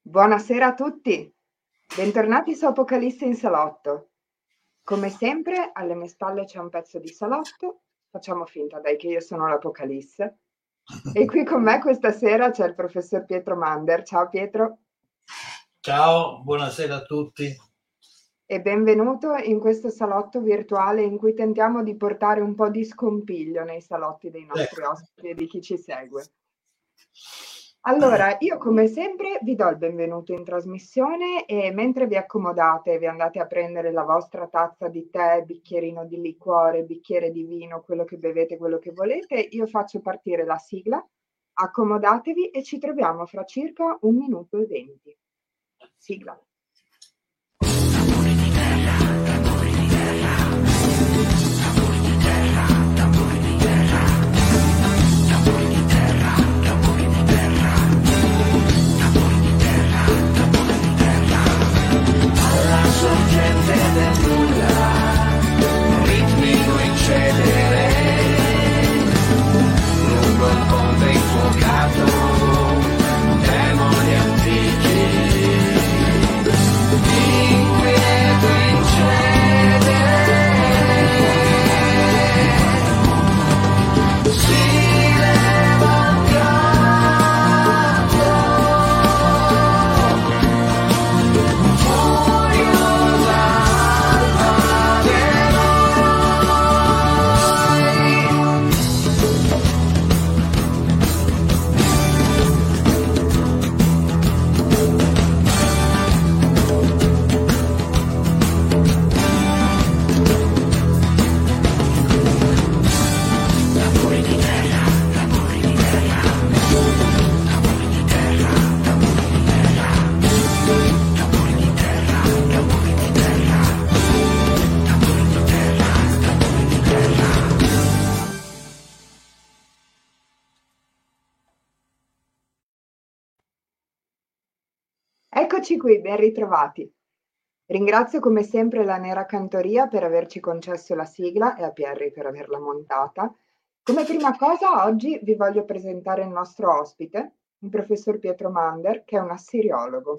Buonasera a tutti, bentornati su Apocalisse in salotto. Come sempre, alle mie spalle c'è un pezzo di salotto, facciamo finta dai che io sono l'Apocalisse. E qui con me questa sera c'è il professor Pietro Mander. Ciao Pietro. Ciao, buonasera a tutti. E benvenuto in questo salotto virtuale in cui tentiamo di portare un po' di scompiglio nei salotti dei nostri ospiti e di chi ci segue. Allora, io come sempre vi do il benvenuto in trasmissione e mentre vi accomodate e vi andate a prendere la vostra tazza di tè, bicchierino di liquore, bicchiere di vino, quello che bevete, quello che volete, io faccio partire la sigla, accomodatevi e ci troviamo fra circa 1 minuto e 20. Sigla. Sorgente del nulla, ritmico incedere, lungo il ponte infuocato, demoni antichi, inquieto incedere, si leva un gatto, Eccoci qui, ben ritrovati. Ringrazio come sempre la Nera Cantoria per averci concesso la sigla e a Pierri per averla montata. Come prima cosa oggi vi voglio presentare il nostro ospite, il professor Pietro Mander, che è un assiriologo.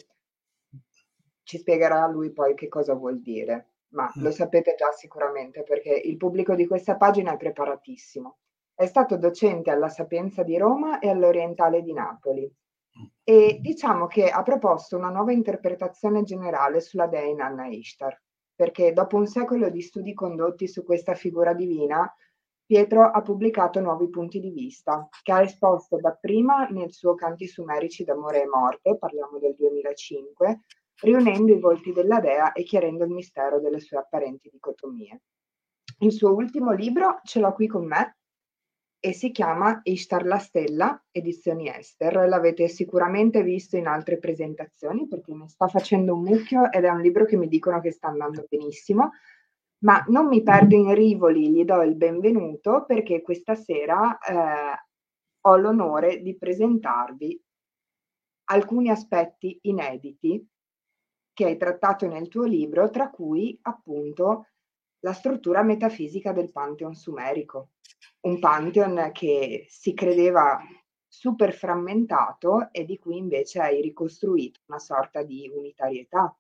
Ci spiegherà lui poi che cosa vuol dire, ma lo sapete già sicuramente perché il pubblico di questa pagina è preparatissimo. È stato docente alla Sapienza di Roma e all'Orientale di Napoli. E diciamo che ha proposto una nuova interpretazione generale sulla dea Inanna Ishtar, perché dopo un secolo di studi condotti su questa figura divina, Pietro ha pubblicato nuovi punti di vista, che ha esposto dapprima nel suo Canti Sumerici d'amore e morte, parliamo del 2005, riunendo i volti della dea e chiarendo il mistero delle sue apparenti dicotomie. Il suo ultimo libro ce l'ho qui con me, e si chiama Ishtar la Stella, edizioni Ester. L'avete sicuramente visto in altre presentazioni perché ne sta facendo un mucchio ed è un libro che mi dicono che sta andando benissimo, ma non mi perdo in rivoli, gli do il benvenuto perché questa sera ho l'onore di presentarvi alcuni aspetti inediti che hai trattato nel tuo libro, tra cui appunto la struttura metafisica del Pantheon sumerico, un Pantheon che si credeva super frammentato e di cui invece hai ricostruito una sorta di unitarietà.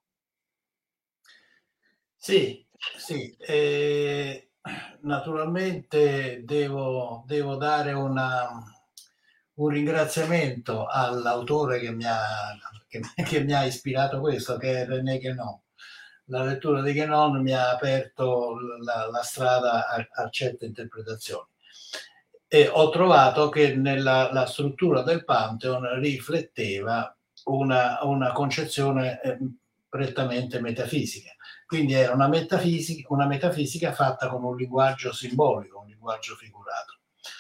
Sì, naturalmente devo dare un ringraziamento all'autore che mi ha ispirato questo, che è René Guénon. La lettura di Guénon mi ha aperto la strada a certe interpretazioni. E ho trovato che la struttura del Pantheon rifletteva una concezione prettamente metafisica. Quindi era una metafisica fatta con un linguaggio simbolico, un linguaggio figurato.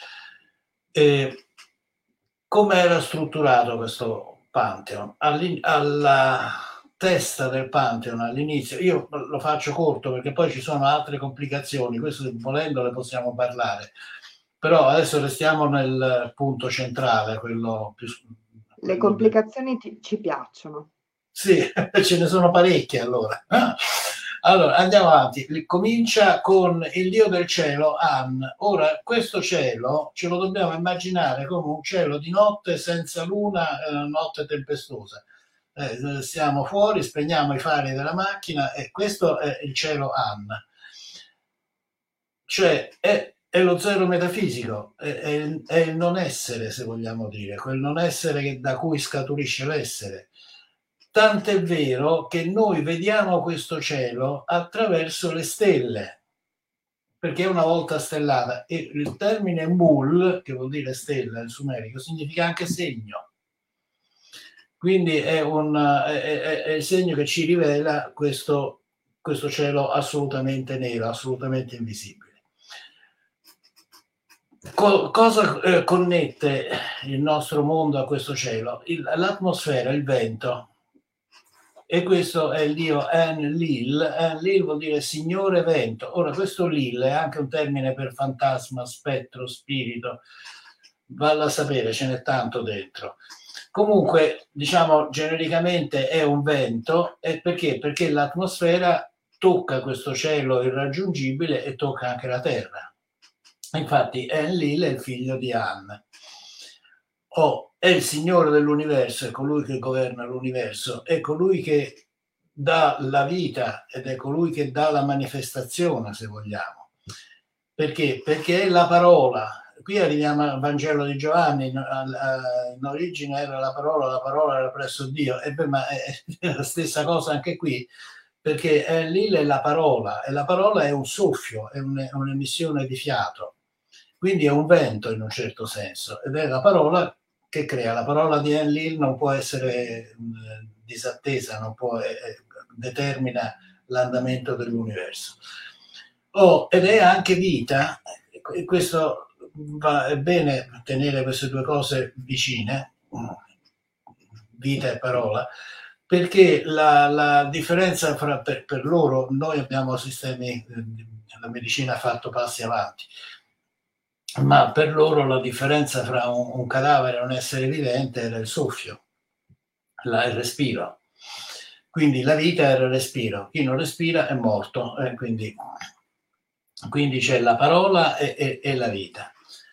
Come era strutturato questo Pantheon? Alla testa del Pantheon all'inizio, io lo faccio corto perché poi ci sono altre complicazioni, questo volendo ne possiamo parlare, però adesso restiamo nel punto centrale, quello più... Le complicazioni ci piacciono. Sì, ce ne sono parecchie allora. Allora, andiamo avanti. Comincia con il dio del cielo, An. Ora, questo cielo ce lo dobbiamo immaginare come un cielo di notte senza luna, notte tempestosa. Siamo fuori, spegniamo i fari della macchina e questo è il cielo An. Cioè è lo zero metafisico, è il non essere, se vogliamo dire, quel non essere da cui scaturisce l'essere. Tant'è vero che noi vediamo questo cielo attraverso le stelle, perché è una volta stellata, e il termine mul, che vuol dire stella in sumerico, significa anche segno. Quindi è il segno che ci rivela questo cielo assolutamente nero, assolutamente invisibile. Cosa connette il nostro mondo a questo cielo? L'atmosfera, il vento. E questo è il dio Enlil. Enlil vuol dire signore vento. Ora, questo Lil è anche un termine per fantasma, spettro, spirito. Valla a sapere, ce n'è tanto dentro. Comunque, diciamo, genericamente è un vento. E perché? Perché l'atmosfera tocca questo cielo irraggiungibile e tocca anche la terra. Infatti Enlil è il figlio di An. È il signore dell'universo, è colui che governa l'universo, è colui che dà la vita ed è colui che dà la manifestazione, se vogliamo. Perché? Perché è la parola. Qui arriviamo al Vangelo di Giovanni, in origine era la parola era presso Dio, ma è la stessa cosa anche qui, perché Enlil è la parola, e la parola è un soffio, è un'emissione di fiato. Quindi è un vento in un certo senso, ed è la parola che crea. La parola di Enlil non può essere disattesa, non può, determina l'andamento dell'universo. Ed è anche vita, e questo è bene tenere queste due cose vicine, vita e parola, perché la differenza per loro, noi abbiamo sistemi, la medicina ha fatto passi avanti, ma per loro la differenza fra un cadavere e un essere vivente era il soffio, il respiro. Quindi la vita era il respiro, chi non respira è morto, quindi c'è la parola e la vita.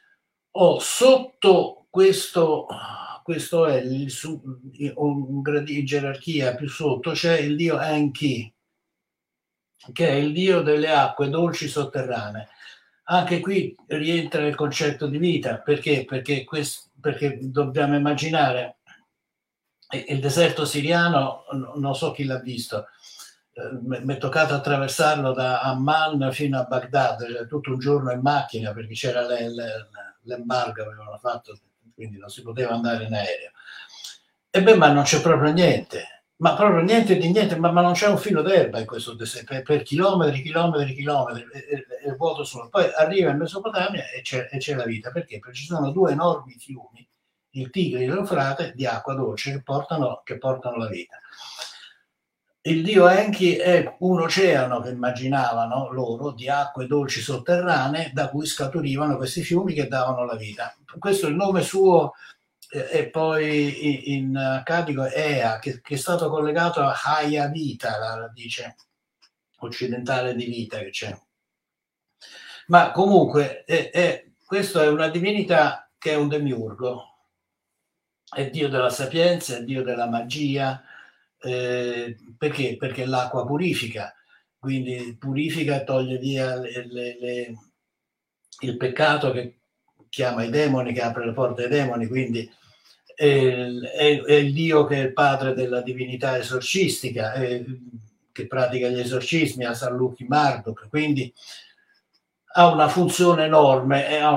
Sotto questo è un grado di gerarchia più sotto, c'è il dio Enki, che è il dio delle acque dolci sotterranee. Anche qui rientra il concetto di vita, perché dobbiamo immaginare il deserto siriano, non so chi l'ha visto, mi è toccato attraversarlo da Amman fino a Baghdad, cioè tutto un giorno in macchina, perché c'era l'embargo, avevano fatto, quindi non si poteva andare in aereo. Ma non c'è proprio niente, ma proprio niente di niente, ma non c'è un filo d'erba in questo deserto, per chilometri, è vuoto solo. Poi arriva in Mesopotamia e c'è la vita. Perché? Perché ci sono due enormi fiumi, il Tigri e l'Eufrate, di acqua dolce che portano la vita. Il dio Enki è un oceano che immaginavano loro di acque dolci sotterranee da cui scaturivano questi fiumi che davano la vita. Questo è il nome suo. E poi in accadico Ea, che è stato collegato a Haya Vita, la radice occidentale di vita che c'è. Ma comunque questo è una divinità che è un demiurgo, è dio della sapienza, è dio della magia. Perché? Perché l'acqua purifica, quindi purifica e toglie via il peccato, che chiama i demoni, che apre le porte ai demoni, quindi è il dio che è il padre della divinità esorcistica, che pratica gli esorcismi, a San Luchi Marduk, quindi ha una funzione enorme e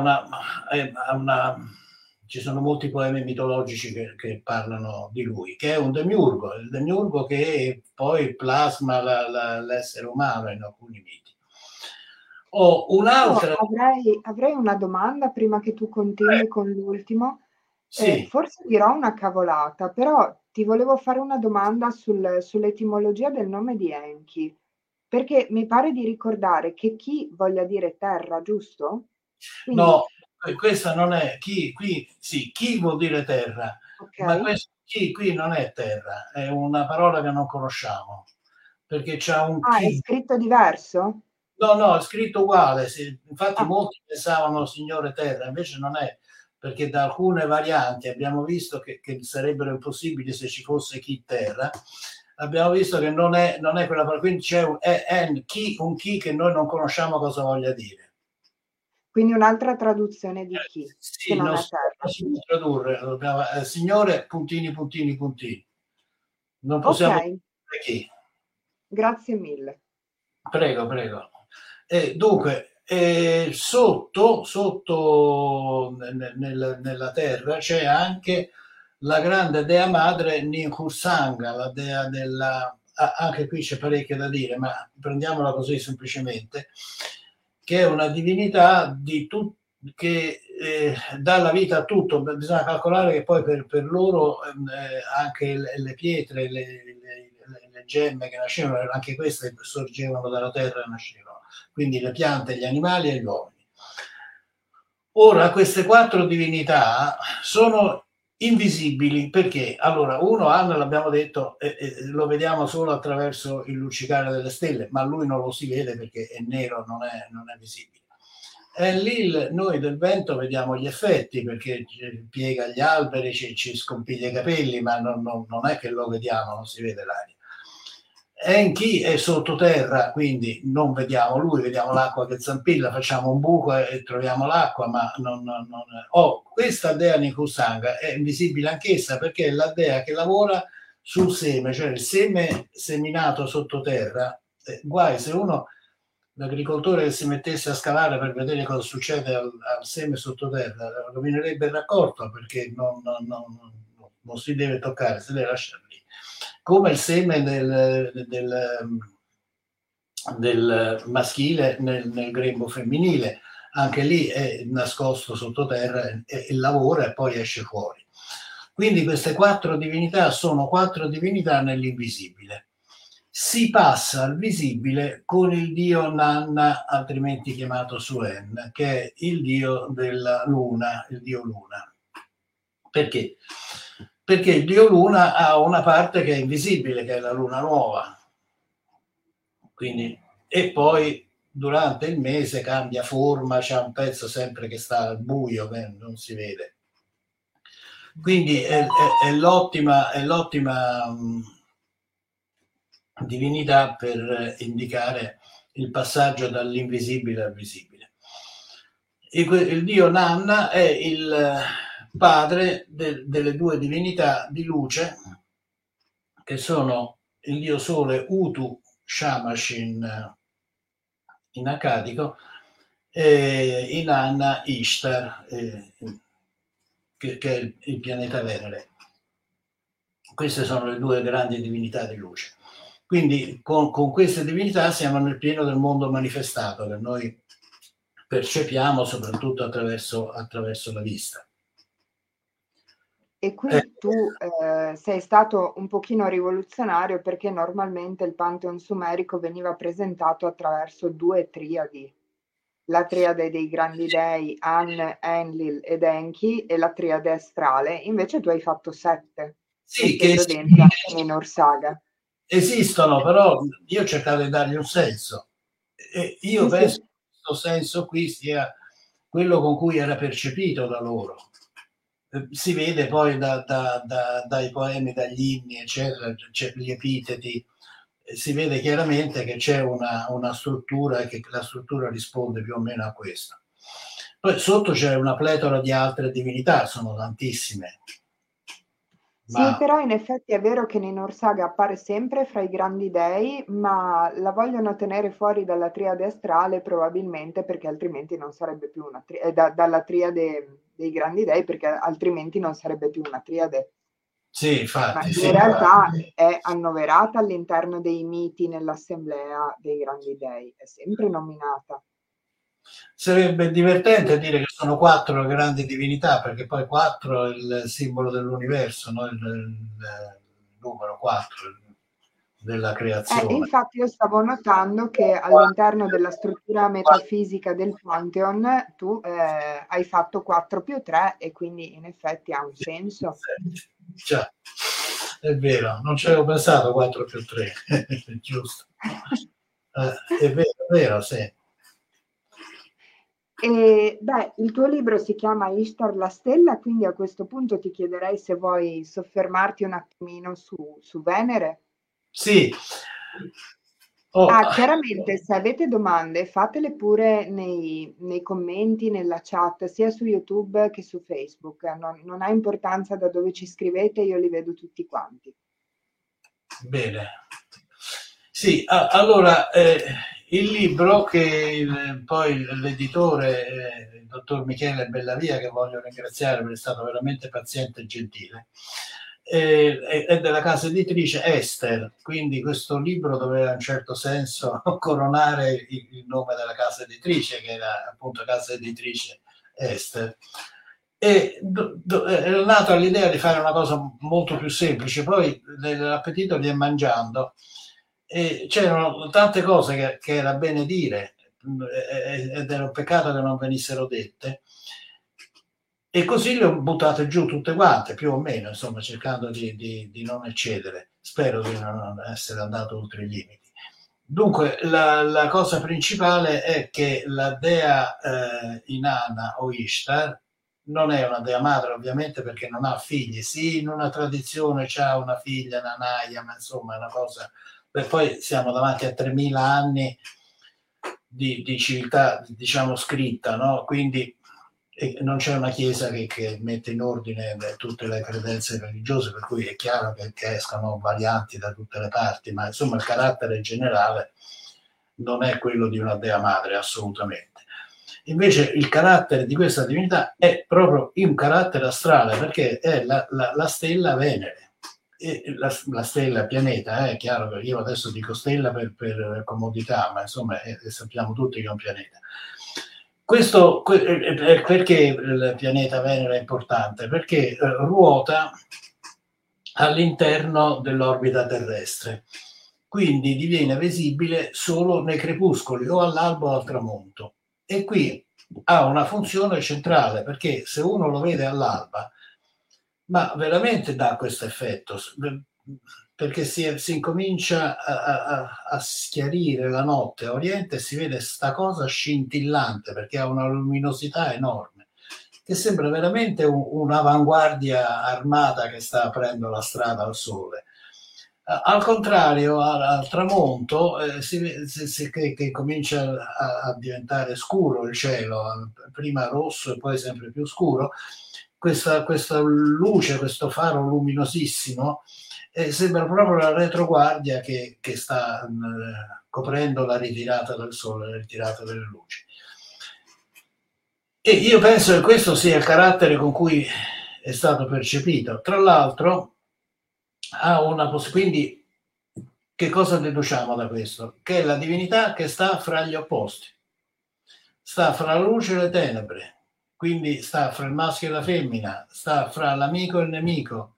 ci sono molti poemi mitologici che parlano di lui, che è un demiurgo, il demiurgo che poi plasma l'essere umano in alcuni miti. Un'altra... Avrei una domanda prima che tu continui con l'ultimo. Sì. Forse dirò una cavolata, però ti volevo fare una domanda sull'etimologia del nome di Enki, perché mi pare di ricordare che chi voglia dire terra, giusto? Quindi... No, questa non è chi vuol dire terra, okay. Ma questo chi qui non è terra, è una parola che non conosciamo, perché c'ha un chi. È scritto diverso? No, è scritto uguale, sì. Infatti molti pensavano signore terra, invece non è perché da alcune varianti abbiamo visto che sarebbero impossibili se ci fosse chi terra. Abbiamo visto che non è quella, quindi c'è un chi che noi non conosciamo cosa voglia dire. Quindi un'altra traduzione di chi, che Sì, non non è si terra. può tradurre, signore, puntini, puntini, puntini. Non possiamo Ok, dire chi. grazie mille. Prego, prego. Dunque, sotto nella terra c'è anche la grande dea madre Ninhursanga, la dea della... anche qui c'è parecchio da dire, ma prendiamola così semplicemente, che è una divinità che dà la vita a tutto. Bisogna calcolare che poi per loro anche le pietre, le gemme che nascevano, anche queste sorgevano dalla terra e nascevano. Quindi le piante, gli animali e gli uomini. Ora, queste quattro divinità sono invisibili perché, allora, uno Anna l'abbiamo detto, lo vediamo solo attraverso il luccicare delle stelle, ma lui non lo si vede perché è nero, non è visibile. Lì noi del vento vediamo gli effetti perché piega gli alberi, ci scompiglia i capelli, ma non è che lo vediamo, non si vede l'aria. Enki è sottoterra, quindi non vediamo lui, vediamo l'acqua che zampilla, facciamo un buco e troviamo l'acqua, ma questa dea Nikusanga è invisibile anch'essa perché è la dea che lavora sul seme, cioè il seme seminato sottoterra. Guai se l'agricoltore che si mettesse a scavare per vedere cosa succede al seme sottoterra, rovinerebbe il raccolto perché non si deve toccare, si deve lasciare lì. Come il seme del maschile nel grembo femminile, anche lì è nascosto sottoterra e lavora e poi esce fuori. Quindi queste quattro divinità sono quattro divinità nell'invisibile. Si passa al visibile con il dio Nanna, altrimenti chiamato Suen, che è il dio della luna, il dio luna. Perché? Perché il dio luna ha una parte che è invisibile, che è la luna nuova. Quindi, e poi durante il mese cambia forma, c'è un pezzo sempre che sta al buio, che non si vede. Quindi è l'ottima divinità per indicare il passaggio dall'invisibile al visibile. Il dio Nanna è il padre delle due divinità di luce che sono il dio sole Utu Shamash in accadico e in Anna Ishtar che è il pianeta Venere. Queste sono le due grandi divinità di luce. Quindi con queste divinità siamo nel pieno del mondo manifestato che noi percepiamo soprattutto attraverso la vista. E qui tu sei stato un pochino rivoluzionario perché normalmente il Pantheon sumerico veniva presentato attraverso due triadi. La triade dei grandi dei An, Enlil ed Enki e la triade astrale. Invece tu hai fatto 7, sì, mettendo dentro anche Ninur Saga. Esistono, però io ho cercato di dargli un senso. E io Sì, penso sì. che questo senso qui sia quello con cui era percepito da loro. Si vede poi dai poemi, dagli inni, eccetera, gli epiteti, si vede chiaramente che c'è una struttura e che la struttura risponde più o meno a questo. Poi sotto c'è una pletora di altre divinità, sono tantissime. Sì, però in effetti è vero che Ninur Saga appare sempre fra i grandi dei, ma la vogliono tenere fuori dalla triade astrale probabilmente perché altrimenti non sarebbe più una triade, dalla triade dei grandi dei perché altrimenti non sarebbe più una triade. Sì, Ma infatti, in sì. realtà è annoverata all'interno dei miti nell'assemblea dei grandi dei, è sempre nominata. Sarebbe divertente dire che sono 4 grandi divinità, perché poi 4 è il simbolo dell'universo, no? Il numero 4 della creazione. Infatti io stavo notando che all'interno della struttura metafisica del Pantheon tu hai fatto 4 più 3 e quindi in effetti ha un senso. Già, è vero, non ci avevo pensato 4 più 3, giusto. È vero, sì. Beh, il tuo libro si chiama Ishtar la stella, quindi a questo punto ti chiederei se vuoi soffermarti un attimino su Venere. Sì. Oh, Chiaramente se avete domande fatele pure nei commenti, nella chat, sia su YouTube che su Facebook. Non ha importanza da dove ci scrivete, io li vedo tutti quanti. bene. Sì, allora, il libro che poi l'editore, il dottor Michele Bellavia, che voglio ringraziare perché è stato veramente paziente e gentile, è della casa editrice Ester, quindi questo libro doveva in un certo senso coronare il nome della casa editrice, che era appunto casa editrice Ester. E è nata l'idea di fare una cosa molto più semplice, poi l'appetito viene mangiando e c'erano tante cose che era bene dire ed era un peccato che non venissero dette, e così le ho buttate giù tutte quante, più o meno, insomma, cercando di non eccedere. Spero di non essere andato oltre i limiti. Dunque, la cosa principale è che la dea Inanna o Ishtar non è una dea madre, ovviamente, perché non ha figli. Sì, in una tradizione c'ha una figlia, Nanaya, ma insomma è una cosa. Beh, poi siamo davanti a 3000 anni di civiltà, diciamo, scritta, no? Quindi non c'è una chiesa che mette in ordine tutte le credenze religiose, per cui è chiaro che escano varianti da tutte le parti, ma insomma il carattere generale non è quello di una dea madre, assolutamente. Invece il carattere di questa divinità è proprio un carattere astrale, perché è la stella Venere. E la stella, il pianeta, è chiaro che io adesso dico stella per comodità, ma insomma sappiamo tutti che è un pianeta. Questo perché il pianeta Venere è importante? Perché ruota all'interno dell'orbita terrestre, quindi diviene visibile solo nei crepuscoli o all'alba o al tramonto, e qui ha una funzione centrale, perché se uno lo vede all'alba, ma veramente dà questo effetto, perché si incomincia a schiarire la notte a oriente e si vede sta cosa scintillante perché ha una luminosità enorme, che sembra veramente un'avanguardia armata che sta aprendo la strada al sole. Al contrario, al tramonto che comincia a diventare scuro il cielo, prima rosso e poi sempre più scuro, questa luce, questo faro luminosissimo, sembra proprio la retroguardia che sta coprendo la ritirata del sole, la ritirata delle luci. E io penso che questo sia il carattere con cui è stato percepito. Tra l'altro, ha una quindi che cosa deduciamo da questo? Che è la divinità che sta fra gli opposti, sta fra la luce e le tenebre, quindi sta fra il maschio e la femmina, sta fra l'amico e il nemico,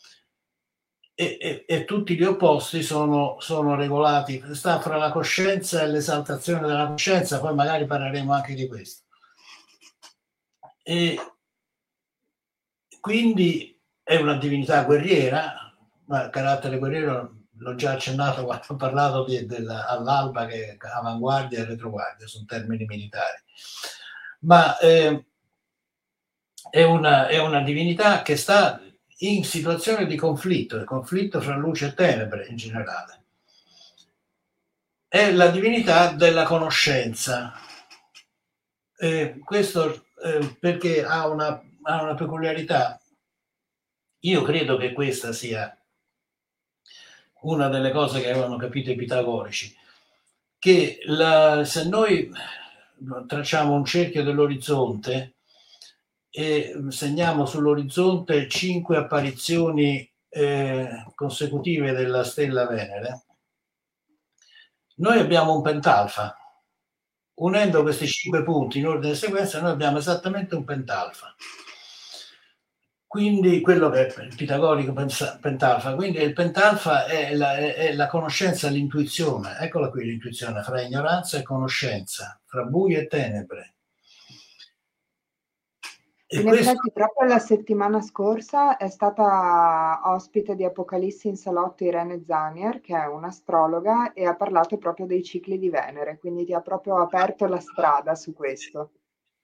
e tutti gli opposti sono regolati, sta fra la coscienza e l'esaltazione della coscienza, poi magari parleremo anche di questo. E quindi è una divinità guerriera, ma il carattere guerriero l'ho già accennato quando ho parlato all'alba, che è avanguardia e retroguardia, sono termini militari. Ma è una divinità che sta in situazione di conflitto, il conflitto fra luce e tenebre in generale. È la divinità della conoscenza. Questo perché ha una peculiarità. Io credo che questa sia una delle cose che avevano capito i pitagorici, che se noi tracciamo un cerchio dell'orizzonte e segniamo sull'orizzonte 5 apparizioni consecutive della stella Venere, noi abbiamo un pentalfa. Unendo questi 5 punti in ordine di sequenza, noi abbiamo esattamente un pentalfa. Quindi quello che è il pitagorico pentalfa, quindi il pentalfa è la conoscenza, l'intuizione. Eccola qui l'intuizione fra ignoranza e conoscenza, fra buio e tenebre. In effetti proprio la settimana scorsa è stata ospite di Apocalissi in Salotto Irene Zanier, che è un'astrologa, e ha parlato proprio dei cicli di Venere, quindi ti ha proprio aperto la strada su questo.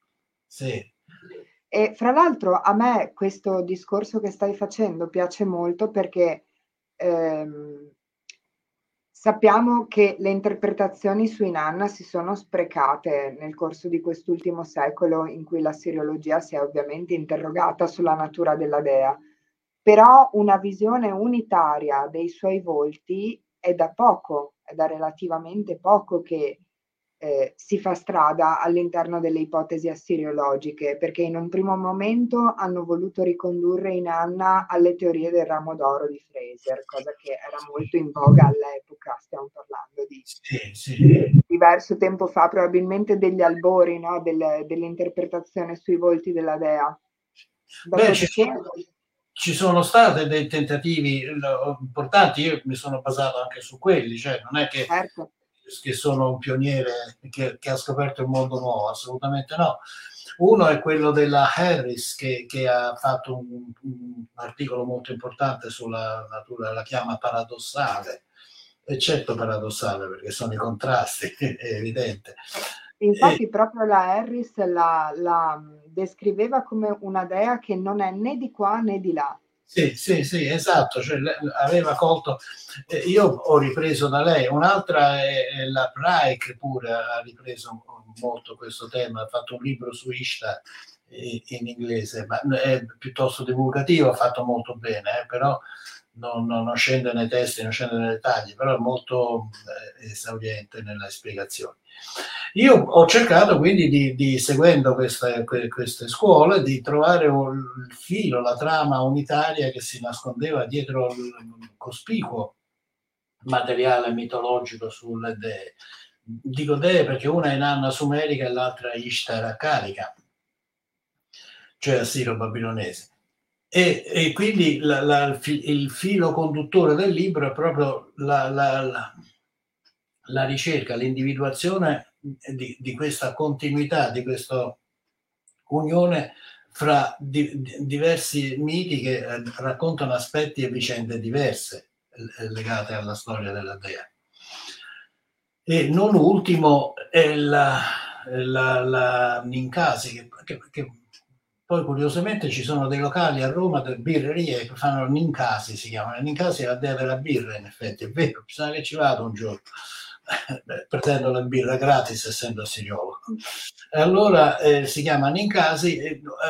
sì. E fra l'altro a me questo discorso che stai facendo piace molto perché ehm, sappiamo che le interpretazioni su Inanna si sono sprecate nel corso di quest'ultimo secolo in cui la siriologia si è ovviamente interrogata sulla natura della dea, però una visione unitaria dei suoi volti è da poco, è da relativamente poco che si fa strada all'interno delle ipotesi assiriologiche, perché in un primo momento hanno voluto ricondurre Inanna alle teorie del ramo d'oro di Fraser, cosa che era molto in voga all'epoca, stiamo parlando di Sì, sì. diverso tempo fa, probabilmente degli albori, no? Dell'interpretazione sui volti della dea. Beh, Dopodiché, ci sono stati dei tentativi importanti, io mi sono basato anche su quelli, cioè non è certo, che sono un pioniere che ha scoperto il mondo nuovo, assolutamente no. Uno è quello della Harris che ha fatto un articolo molto importante sulla natura, la chiama paradossale, e certo paradossale perché sono i contrasti, è evidente. E, infatti proprio la Harris la descriveva come una dea che non è né di qua né di là. sì, sì, sì, esatto, cioè, aveva colto, io ho ripreso da lei, un'altra è la Pryke pure ha ripreso molto questo tema, ha fatto un libro su Ishtar in inglese, ma è piuttosto divulgativo, ha fatto molto bene, però non scende nei testi, non scende nei dettagli, però è molto esauriente nelle spiegazioni. Io ho cercato quindi seguendo queste scuole, di trovare il filo, la trama unitaria che si nascondeva dietro il cospicuo materiale mitologico sulle dee. Dico dee perché una è Inanna sumerica e l'altra è Ishtar accadica, cioè assiro-babilonese. E quindi il filo conduttore del libro è proprio la ricerca, l'individuazione di questa continuità, di questa unione fra diversi miti che raccontano aspetti e vicende diverse legate alla storia della dea. E non ultimo è la Ninkasi, che poi curiosamente ci sono dei locali a Roma, delle birrerie che fanno Ninkasi, si chiamano. Ninkasi è la dea della birra, in effetti, è vero, bisogna che ci vado un giorno. Pretendo la birra gratis essendo assiriolo. E allora si chiama Ninkasi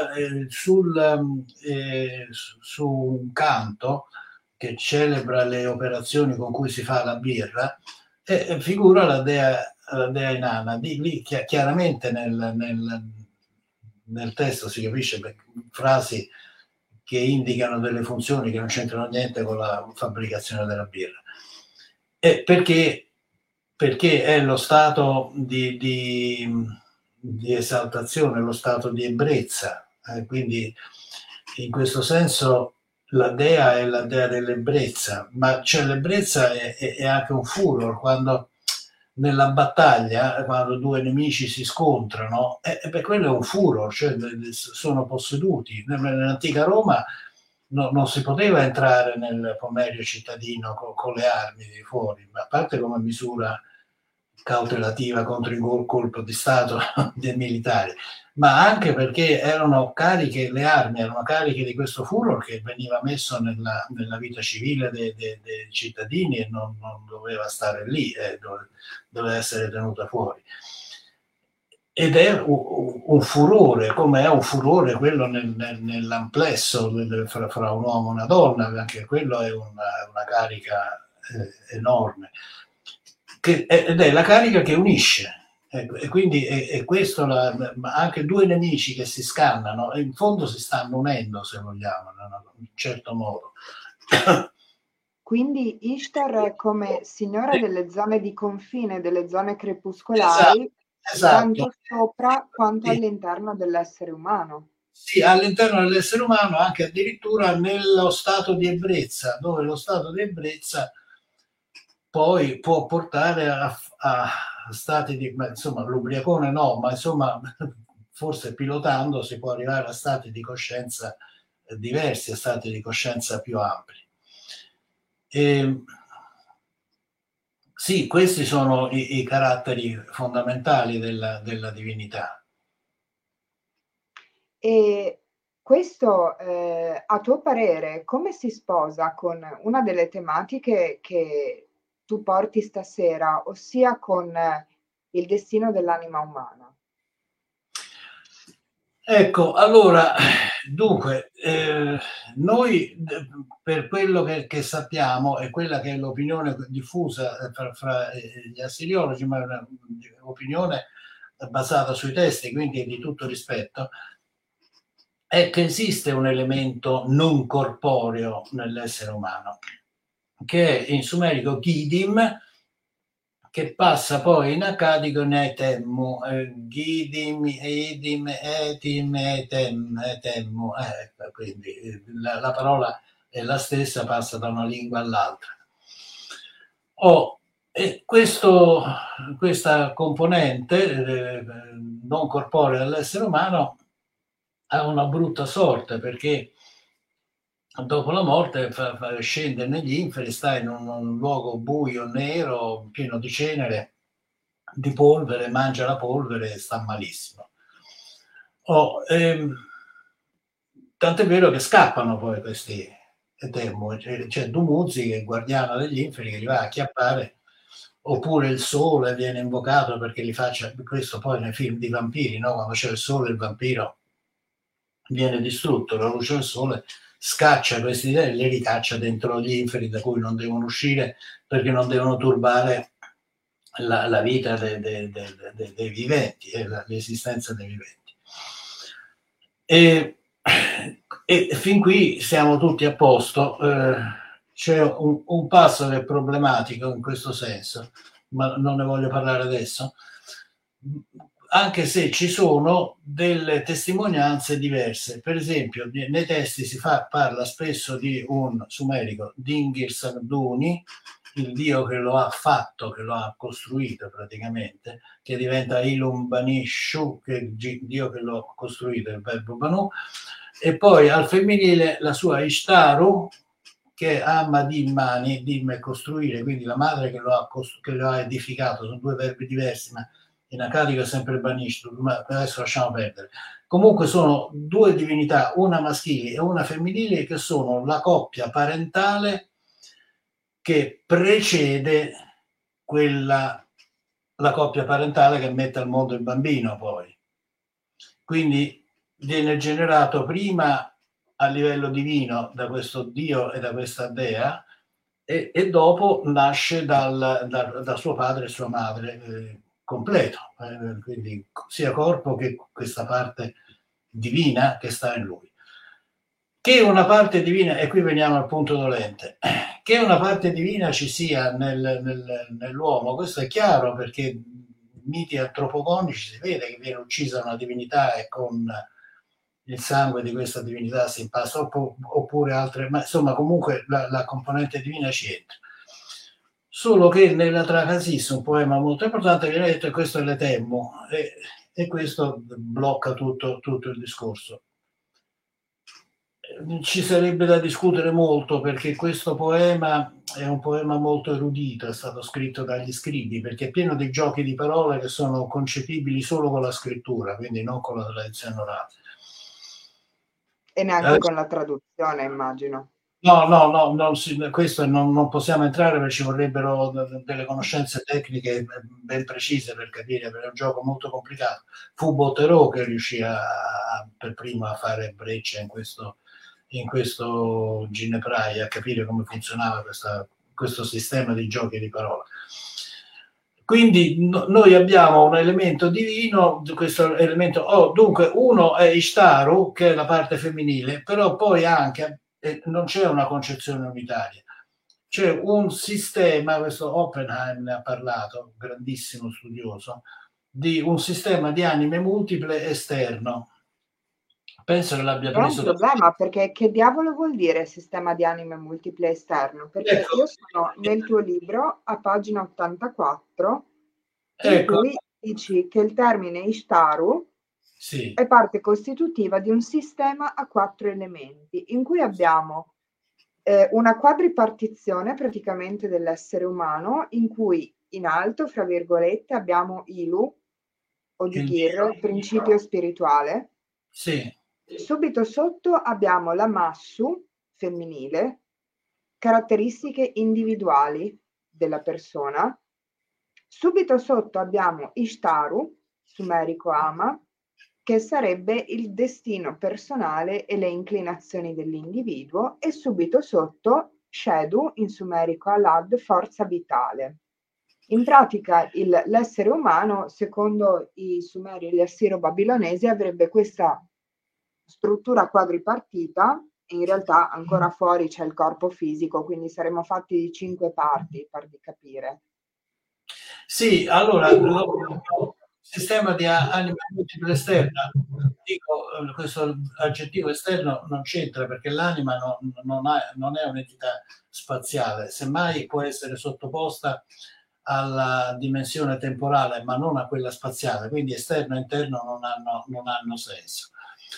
su un canto che celebra le operazioni con cui si fa la birra e figura la dea Inanna. Lì chiaramente nel testo si capisce frasi che indicano delle funzioni che non c'entrano niente con la fabbricazione della birra. E perché è lo stato di esaltazione, lo stato di ebbrezza. Quindi in questo senso la dea è la dea dell'ebbrezza, ma c'è l'ebbrezza è anche un furor quando nella battaglia, quando due nemici si scontrano, quello è un furor, cioè sono posseduti. Nell'antica Roma non si poteva entrare nel pomeriggio cittadino con le armi di fuori, a parte come misura cautelativa contro il colpo di Stato dei militari, ma anche perché erano cariche, le armi erano cariche di questo furor che veniva messo nella vita civile dei cittadini e non doveva stare lì, doveva essere tenuta fuori. Ed è un furore, come è un furore quello nell'amplesso fra un uomo e una donna, anche quello è una carica enorme, ed è la carica che unisce. E quindi è questo, anche due nemici che si scannano, in fondo si stanno unendo, se vogliamo, in un certo modo. Quindi Ishtar è come signora delle zone di confine, delle zone Esatto, crepuscolari, esatto. tanto sopra quanto Sì. all'interno dell'essere umano. Sì, all'interno dell'essere umano, anche addirittura nello stato di ebbrezza, dove lo stato di ebbrezza poi può portare a stati di, insomma, l'ubriacone no, ma insomma, forse pilotando si può arrivare a stati di coscienza diversi, a stati di coscienza più ampi. E, sì, questi sono i caratteri fondamentali della divinità. E questo, a tuo parere, come si sposa con una delle tematiche che tu porti stasera, ossia con il destino dell'anima umana? Ecco, allora, dunque, noi per quello che sappiamo e quella che è l'opinione diffusa fra gli assiriologi, ma è un'opinione basata sui testi, quindi di tutto rispetto, è che esiste un elemento non corporeo nell'essere umano, che è in sumerico Gidim, che passa poi in accadico Netemmu, Gidim, Edim, Etim, Etemmu, quindi la parola è la stessa, passa da una lingua all'altra. E questa componente non corporea dell'essere umano ha una brutta sorte, perché dopo la morte scende negli inferi, sta in un luogo buio, nero, pieno di cenere, di polvere, mangia la polvere e sta malissimo. Tant'è vero che scappano poi questi Etermu, c'è Dumuzzi che è il guardiano degli inferi, che li va a acchiappare, oppure il sole viene invocato perché li faccia, questo poi nei film di vampiri, no? Quando c'è il sole il vampiro viene distrutto, la luce del sole scaccia questi e li ricaccia dentro gli inferi da cui non devono uscire, perché non devono turbare la vita dei viventi e l'esistenza dei viventi. E fin qui siamo tutti a posto. C'è un passo che è problematico in questo senso, ma non ne voglio parlare adesso, anche se ci sono delle testimonianze diverse. Per esempio, nei testi parla spesso di un sumerico, Dingir Sarduni, il dio che lo ha fatto, che lo ha costruito praticamente, che diventa Ilum Bani Shu, che è il dio che lo ha costruito, il verbo Banu, e poi al femminile la sua Ishtaru, che ama Dimmani, Dim è costruire, quindi la madre che lo ha edificato, sono due verbi diversi, ma in accadico è sempre Banishtu, ma adesso lasciamo perdere. Comunque sono due divinità, una maschile e una femminile, che sono la coppia parentale che precede la coppia parentale che mette al mondo il bambino poi. Quindi viene generato prima a livello divino da questo dio e da questa dea, e dopo nasce da suo padre e sua madre completo, quindi sia corpo che questa parte divina che sta in lui. Che una parte divina, e qui veniamo al punto dolente, che una parte divina ci sia nell'uomo, questo è chiaro, perché miti antropogonici si vede che viene uccisa una divinità e con il sangue di questa divinità si impasta, oppure altre, ma insomma comunque la componente divina ci entra. Solo che nella Tracasis, un poema molto importante, viene detto che questo è l'Etemmu, e questo blocca tutto il discorso. Ci sarebbe da discutere molto, perché questo poema è un poema molto erudito, è stato scritto dagli scribi, perché è pieno di giochi di parole che sono concepibili solo con la scrittura, quindi non con la tradizione orale. E neanche con la traduzione, immagino. No, questo non possiamo entrare, perché ci vorrebbero delle conoscenze tecniche ben precise per capire, perché è un gioco molto complicato. Fu Botterò che riuscì per primo a fare breccia in questo Gineprai, a capire come funzionava questo sistema di giochi di parole. Quindi noi abbiamo un elemento divino, questo elemento, dunque uno è Ishtaru, che è la parte femminile, però poi anche non c'è una concezione unitaria, c'è un sistema, questo Oppenheim ne ha parlato, grandissimo studioso, di un sistema di anime multiple esterno. Penso che l'abbia preso. È un problema, perché che diavolo vuol dire sistema di anime multiple esterno? Perché io sono nel tuo libro a pagina 84, in cui dici che il termine Ishtaru è parte costitutiva di un sistema a 4 elementi, in cui abbiamo una quadripartizione praticamente dell'essere umano, in cui in alto, fra virgolette, abbiamo Ilu, o Digir, principio spirituale. Sì. Subito sotto abbiamo la Massu femminile, caratteristiche individuali della persona. Subito sotto abbiamo Ishtaru, sumerico Ama, che sarebbe il destino personale e le inclinazioni dell'individuo, e subito sotto Shedu, in sumerico Alad, forza vitale. In pratica l'essere umano, secondo i sumeri e gli assiro-babilonesi, avrebbe questa struttura quadripartita, e in realtà ancora fuori c'è il corpo fisico, quindi saremmo fatti di 5 parti, per di capire. Sì, allora, il sistema di anima multipla esterna, dico, questo aggettivo esterno non c'entra, perché l'anima non è un'entità spaziale, semmai può essere sottoposta alla dimensione temporale, ma non a quella spaziale, quindi esterno e interno non hanno senso.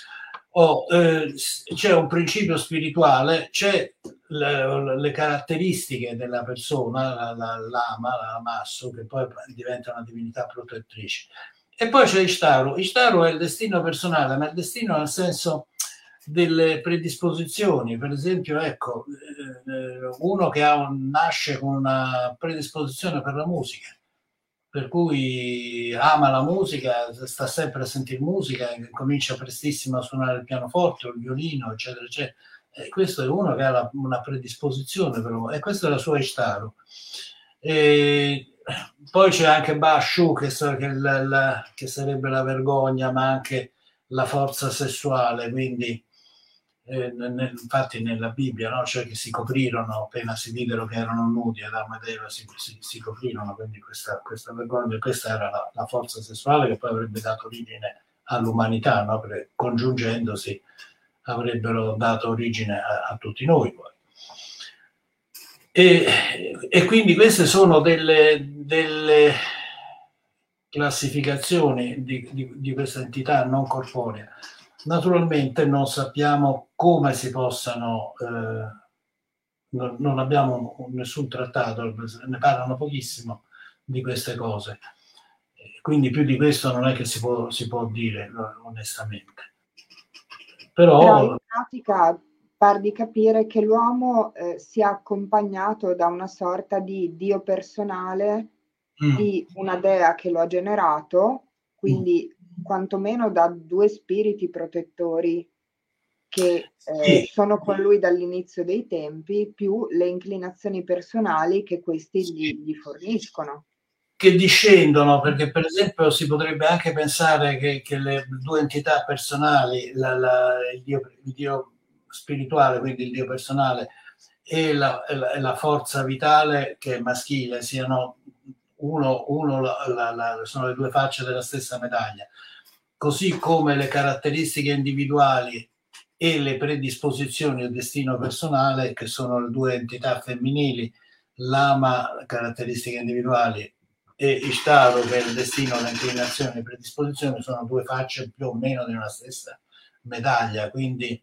C'è un principio spirituale, c'è le caratteristiche della persona, l'ama, la Masso, che poi diventa una divinità protettrice. E poi c'è Ishtaru. Ishtaru è il destino personale, ma il destino nel senso delle predisposizioni. Per esempio, ecco, uno che nasce con una predisposizione per la musica, per cui ama la musica, sta sempre a sentire musica, comincia prestissimo a suonare il pianoforte o il violino, eccetera, eccetera. E questo è uno che ha una predisposizione per e questa è la sua Ishtaru. Poi c'è anche Bashu, che sarebbe la vergogna, ma anche la forza sessuale, quindi infatti nella Bibbia, no? Cioè che si coprirono appena si videro che erano nudi, Adamo ed Eva si coprirono, quindi questa vergogna, questa era la forza sessuale che poi avrebbe dato origine all'umanità, no? Perché congiungendosi avrebbero dato origine a tutti noi poi. E quindi queste sono delle classificazioni di questa entità non corporea. Naturalmente non sappiamo come si possano, non abbiamo nessun trattato, ne parlano pochissimo di queste cose, quindi più di questo non è che si può dire onestamente. Però in pratica par di capire che l'uomo sia accompagnato da una sorta di Dio personale, di una dea che lo ha generato, quindi quantomeno da 2 spiriti protettori che sono con lui dall'inizio dei tempi, più le inclinazioni personali che questi gli forniscono. Che discendono, perché per esempio si potrebbe anche pensare che le 2 entità personali, il Dio spirituale, quindi il Dio personale, e la forza vitale che è maschile, siano sono le 2 facce della stessa medaglia, così come le caratteristiche individuali e le predisposizioni al destino personale, che sono le 2 entità femminili, l'ama, caratteristiche individuali, e Ishtaru, che è il destino, l'inclinazione, le predisposizioni, sono 2 facce più o meno di una stessa medaglia, quindi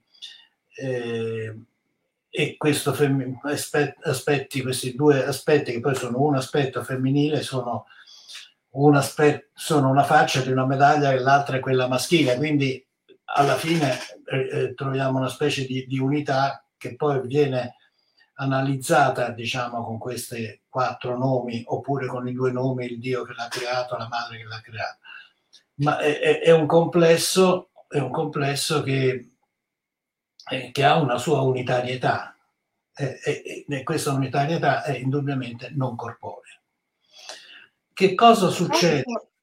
e questo questi 2 aspetti, che poi sono un aspetto femminile, sono una faccia di una medaglia e l'altra è quella maschile, quindi alla fine troviamo una specie di unità che poi viene analizzata, diciamo, con questi 4 nomi, oppure con i 2 nomi, il Dio che l'ha creato, la madre che l'ha creato. Ma è un complesso che ha una sua unitarietà, e questa unitarietà è indubbiamente non corporea. Che cosa succede?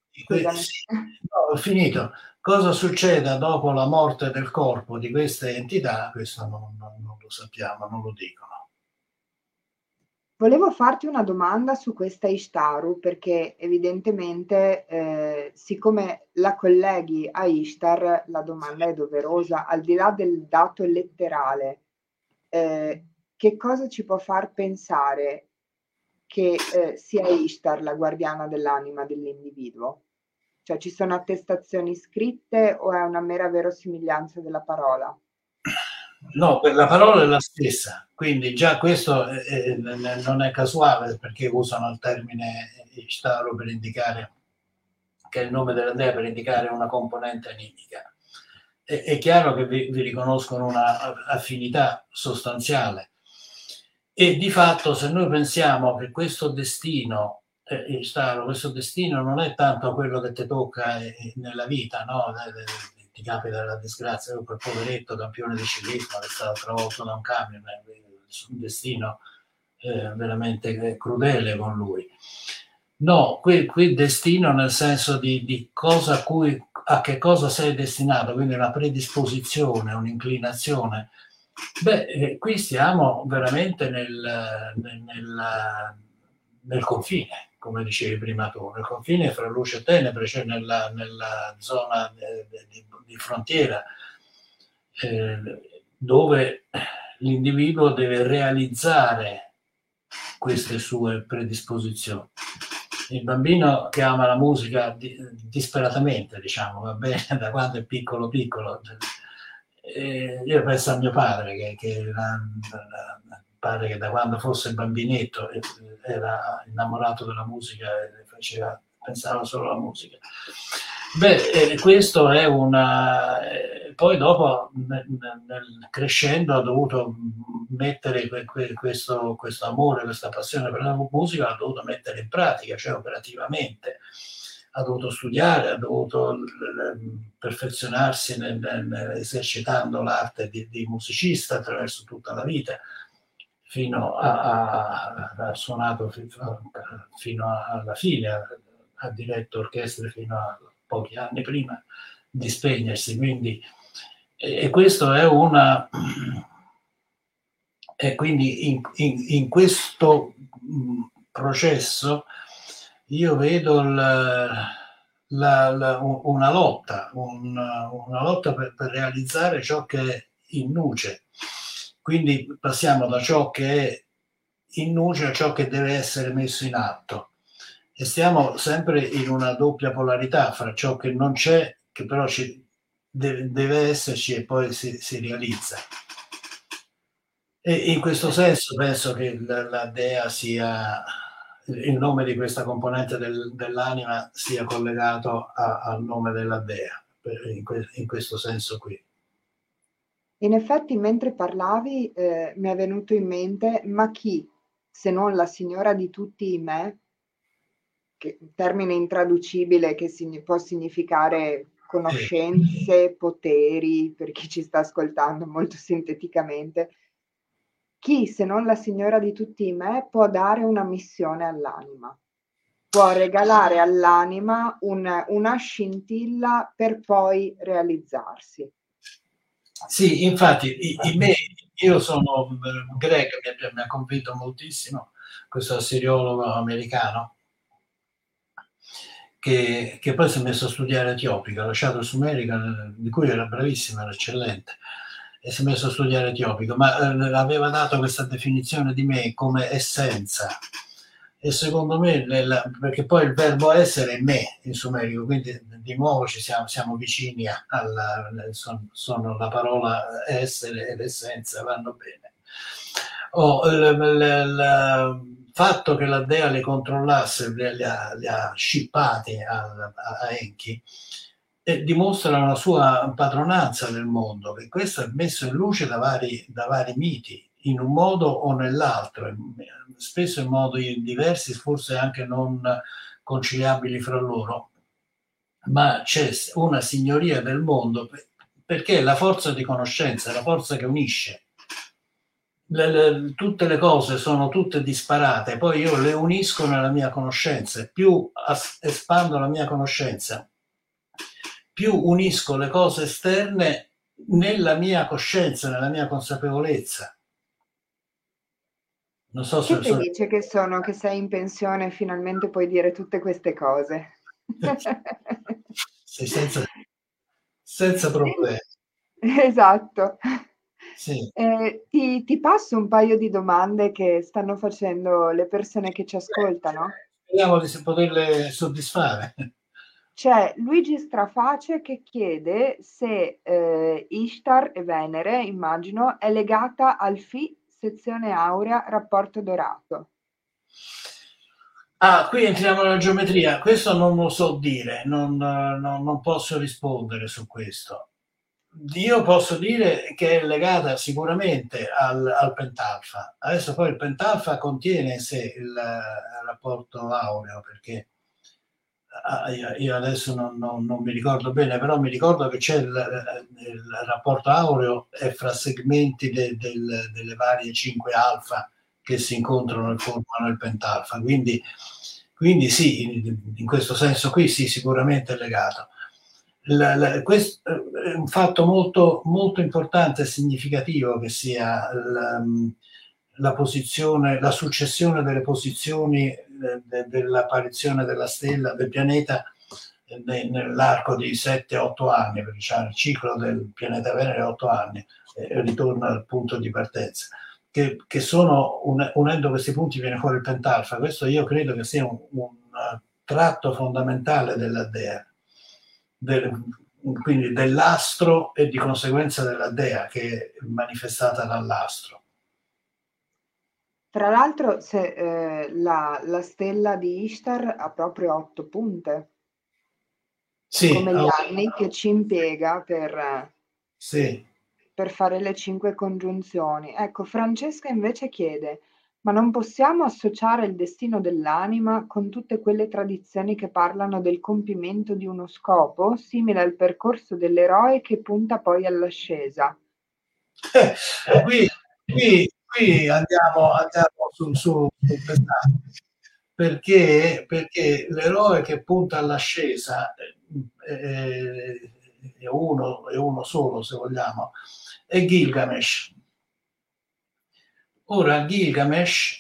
Ho finito. Cosa succede dopo la morte del corpo di queste entità? Questo non lo sappiamo, non lo dicono. Volevo farti una domanda su questa Ishtaru, perché evidentemente, siccome la colleghi a Ishtar, la domanda è doverosa, al di là del dato letterale, che cosa ci può far pensare che sia Ishtar la guardiana dell'anima dell'individuo? Cioè, ci sono attestazioni scritte o è una mera verosimiglianza della parola? No, la parola è la stessa, quindi già questo non è casuale, perché usano il termine Ishtaru per indicare, che è il nome della dea, per indicare una componente animica. è chiaro che vi riconoscono una affinità sostanziale. E di fatto, se noi pensiamo che questo destino, questo destino non è tanto quello che ti tocca nella vita, no? Ti capita la disgrazia, quel poveretto campione di ciclismo che è stato travolto da un camion, un destino veramente crudele con lui. No, qui destino nel senso di cosa a che cosa sei destinato, quindi una predisposizione, un'inclinazione. Qui stiamo veramente nel confine, come dicevi prima tu, nel confine fra luce e tenebre, cioè nella zona di frontiera, dove l'individuo deve realizzare queste sue predisposizioni. Il bambino che ama la musica disperatamente, diciamo, va bene, da quando è piccolo piccolo. Io penso a mio padre, pare che da quando fosse bambinetto era innamorato della musica e pensava solo alla musica. Questo è poi dopo crescendo ha dovuto mettere questo amore, questa passione per la musica, l'ha dovuto mettere in pratica, cioè operativamente. Ha dovuto studiare, ha dovuto perfezionarsi esercitando l'arte di musicista attraverso tutta la vita, fino ha suonato fino alla fine, ha diretto orchestre fino a pochi anni prima di spegnersi, quindi e questo è e quindi in questo processo io vedo una lotta, una lotta per realizzare ciò che è in nuce. Quindi passiamo da ciò che è in nuce a ciò che deve essere messo in atto. E stiamo sempre in una doppia polarità fra ciò che non c'è, che però deve esserci e poi si realizza. E in questo senso penso che la Dea sia, il nome di questa componente dell'anima sia collegato al nome della Dea, in questo senso qui. In effetti, mentre parlavi, mi è venuto in mente, ma chi, se non la signora di tutti i me, che un termine intraducibile che può significare conoscenze, poteri, per chi ci sta ascoltando molto sinteticamente, chi, se non la signora di tutti i me, può dare una missione all'anima? Può regalare all'anima una scintilla per poi realizzarsi. Sì, infatti, io sono Greg, mi ha convinto moltissimo, questo assiriologo americano, che poi si è messo a studiare etiopica, ha lasciato il sumerico, di cui era bravissimo, era eccellente, e si è messo a studiare etiopico, ma aveva dato questa definizione di me come essenza. E secondo me, perché poi il verbo essere è me in sumerico, quindi di nuovo siamo vicini sono la parola essere e l'essenza, vanno bene. Il fatto che la Dea le controllasse, li ha scippati a Enki, dimostra la sua padronanza nel mondo, che questo è messo in luce da vari miti, in un modo o nell'altro, spesso in modi diversi, forse anche non conciliabili fra loro, ma c'è una signoria del mondo perché è la forza di conoscenza, è la forza che unisce. Tutte le cose sono tutte disparate, poi io le unisco nella mia conoscenza, e più espando la mia conoscenza, più unisco le cose esterne nella mia coscienza, nella mia consapevolezza. Non so se felice che sono che sei in pensione e finalmente puoi dire tutte queste cose. Sei senza problemi. Esatto. Sì. Ti passo un paio di domande che stanno facendo le persone che ci ascoltano. Speriamo di poterle soddisfare. C'è Luigi Straface che chiede se Ishtar e Venere, immagino, è legata al Phi, sezione aurea, rapporto dorato. Qui entriamo nella geometria. Questo non lo so dire, non posso rispondere su questo. io posso dire che è legata sicuramente al pentalfa. Adesso poi il pentalfa contiene in sé il rapporto aureo, perché io adesso non mi ricordo bene, però mi ricordo che c'è il rapporto aureo è fra segmenti delle varie 5 alfa che si incontrano e formano il pentalfa. Quindi sì, in questo senso qui sì, sicuramente è legato. Questo è un fatto molto, molto importante e significativo che sia la posizione, la successione delle posizioni dell'apparizione della stella, del pianeta nell'arco di 7-8 anni, perché c'è il ciclo del pianeta Venere 8 anni e ritorna al punto di partenza. Che sono, unendo questi punti viene fuori il pentalfa. Questo io credo che sia un tratto fondamentale della Dea, quindi dell'astro e di conseguenza della Dea che è manifestata dall'astro. Tra l'altro, la stella di Ishtar ha proprio 8 punte, Sì, come gli anni che ci impiega sì. per fare le 5 congiunzioni. Ecco, Francesca invece chiede: ma non possiamo associare il destino dell'anima con tutte quelle tradizioni che parlano del compimento di uno scopo, simile al percorso dell'eroe che punta poi all'ascesa? Qui andiamo su pesante, perché l'eroe che punta all'ascesa è uno solo, se vogliamo, è Gilgamesh. Ora Gilgamesh,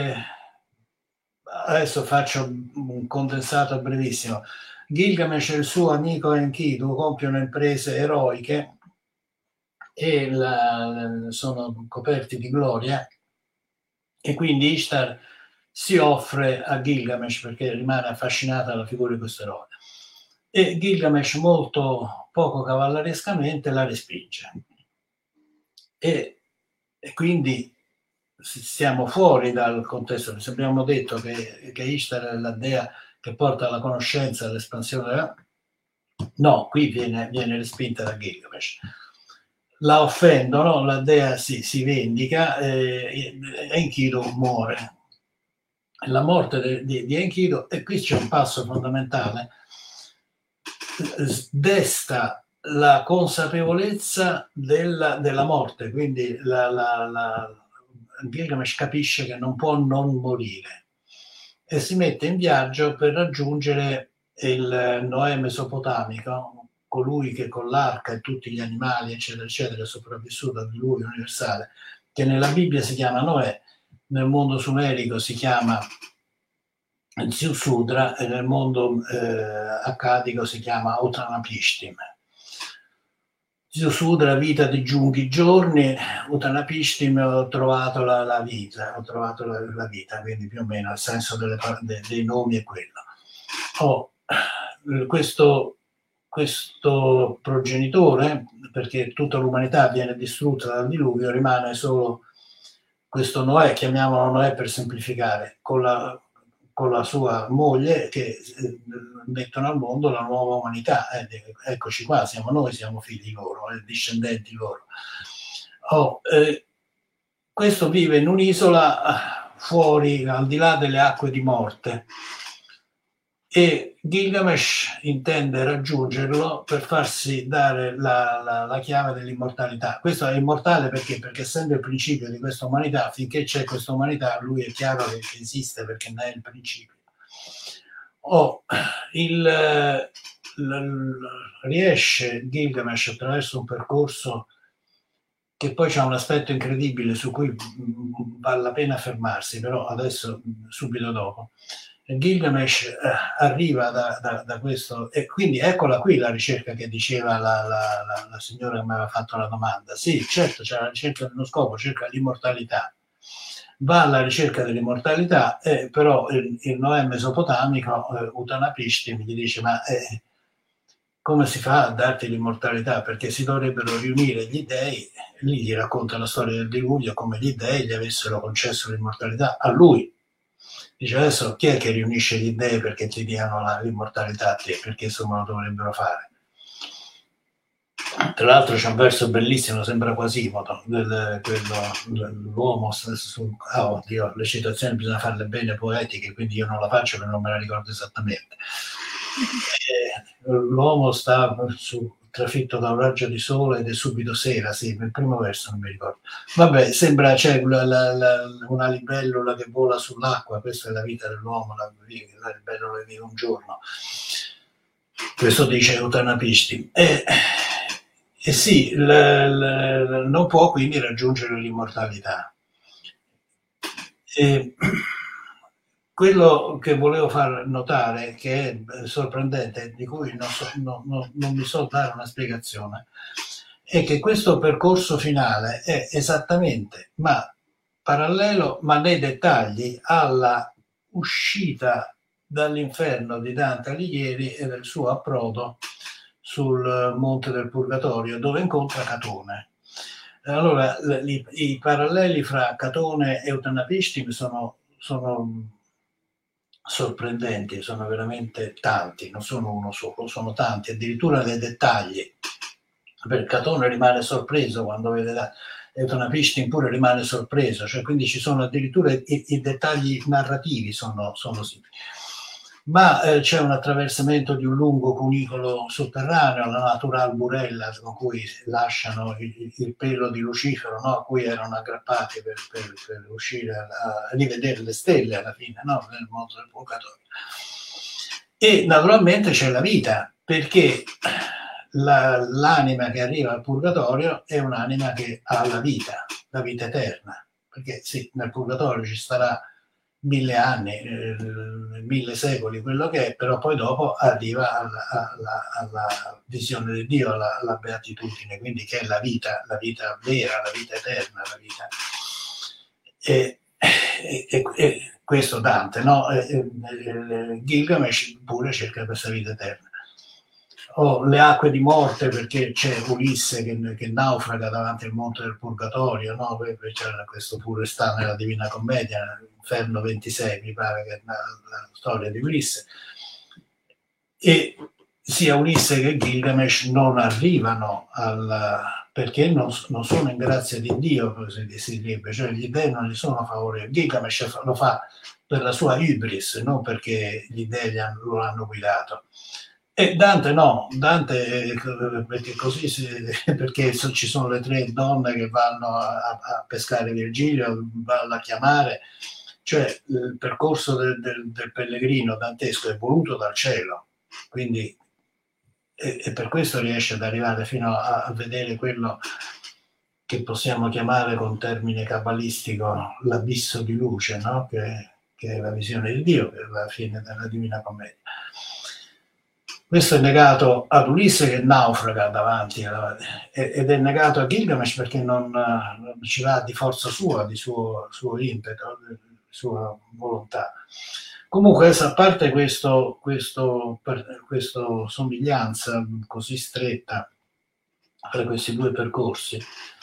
adesso faccio un condensato brevissimo. Gilgamesh e il suo amico Enkidu compiono imprese eroiche e sono coperti di gloria, e quindi Ishtar si offre a Gilgamesh perché rimane affascinata dalla figura di questo eroe, e Gilgamesh molto poco cavallerescamente la respinge, e quindi stiamo fuori dal contesto. Se abbiamo detto che Ishtar è la dea che porta alla conoscenza, all'espansione no, qui viene respinta da Gilgamesh. La offendono, la dea si vendica, e Enkidu muore. La morte di Enkidu, e qui c'è un passo fondamentale, desta la consapevolezza della morte, quindi Gilgamesh capisce che non può non morire e si mette in viaggio per raggiungere il Noè mesopotamico, colui che con l'arca e tutti gli animali eccetera eccetera è sopravvissuto al diluvio universale, che nella Bibbia si chiama Noè, nel mondo sumerico si chiama Ziusudra e nel mondo accadico si chiama Utanapishtim. Ziusudra, vita di giunghi giorni, Utanapishtim ho trovato la vita, quindi più o meno il senso dei nomi è quello. Questo progenitore, perché tutta l'umanità viene distrutta dal diluvio, rimane solo questo Noè, chiamiamolo Noè per semplificare, con la sua moglie, che mettono al mondo la nuova umanità. Eccoci qua, siamo noi, siamo figli loro, discendenti loro. Questo vive in un'isola fuori, al di là delle acque di morte, e Gilgamesh intende raggiungerlo per farsi dare la chiave dell'immortalità. Questo è immortale perché essendo il principio di questa umanità, finché c'è questa umanità, lui è chiaro che esiste perché ne è il principio. Riesce Gilgamesh attraverso un percorso che poi c'ha un aspetto incredibile su cui vale la pena fermarsi, però adesso, subito dopo. Gilgamesh arriva da questo, e quindi eccola qui la ricerca che diceva la signora che mi aveva fatto la domanda. Sì, certo, c'è la ricerca dello scopo, cerca l'immortalità, va alla ricerca dell'immortalità, però il Noè mesopotamico, Utanapishtim, gli dice: ma come si fa a darti l'immortalità? Perché si dovrebbero riunire gli dei. Lì gli racconta la storia del diluvio, come gli dei gli avessero concesso l'immortalità a lui. Dice: adesso chi è che riunisce gli dei perché ti diano l'immortalità a te? Perché insomma lo dovrebbero fare. Tra l'altro c'è un verso bellissimo, sembra Quasimodo, l'uomo oddio, le citazioni bisogna farle bene poetiche, quindi io non la faccio perché non me la ricordo esattamente. L'uomo sta trafitto da un raggio di sole ed è subito sera, sì, il primo verso non mi ricordo. Vabbè, sembra c'è una libellula che vola sull'acqua, questa è la vita dell'uomo, la libellula vive un giorno. Questo dice Utanapisti. E sì, non può quindi raggiungere l'immortalità. Quello che volevo far notare, che è sorprendente, di cui non mi so dare una spiegazione, è che questo percorso finale è esattamente, ma parallelo, ma nei dettagli, alla uscita dall'inferno di Dante Alighieri e del suo approdo sul Monte del Purgatorio, dove incontra Catone. Allora, i paralleli fra Catone e Utanapisti sono sorprendenti, sono veramente tanti, non sono uno solo, sono tanti, addirittura nei dettagli. Per Catone rimane sorpreso quando vede Utanapisti, pure rimane sorpreso, cioè quindi ci sono addirittura i dettagli narrativi sono simili. Ma c'è un attraversamento di un lungo cunicolo sotterraneo, la natural burella con cui lasciano il pelo di Lucifero, no? A cui erano aggrappati per riuscire a rivedere le stelle alla fine, no? Nel mondo del purgatorio. E naturalmente c'è la vita, perché l'anima che arriva al purgatorio è un'anima che ha la vita eterna, perché sì, nel purgatorio ci starà 1000 anni, 1000 secoli, quello che è, però poi dopo arriva alla visione di Dio, alla beatitudine, quindi che è la vita vera, la vita eterna, la vita. E questo Dante, no? Gilgamesh pure cerca questa vita eterna. Le acque di morte, perché c'è Ulisse che naufraga davanti al monte del Purgatorio, no? Questo pure sta nella Divina Commedia, Inferno 26, mi pare che è la storia di Ulisse. E sia Ulisse che Gilgamesh non arrivano perché non sono in grazia di Dio, si direbbe, cioè gli dei non gli sono favorevoli. Gilgamesh lo fa per la sua hybris, non perché gli dei lo hanno guidato. E Dante no, Dante perché così perché ci sono le 3 donne che vanno a pescare Virgilio, vanno a chiamare, cioè il percorso del pellegrino dantesco è voluto dal cielo, quindi e per questo riesce ad arrivare fino a vedere quello che possiamo chiamare con termine cabalistico l'abisso di luce, no? Che è la visione di Dio, che è la fine della Divina Commedia. Questo è negato ad Ulisse che naufraga davanti ed è negato a Gilgamesh perché non ci va di forza sua, di suo impeto, di sua volontà. Comunque, a parte questa somiglianza così stretta tra questi 2 percorsi,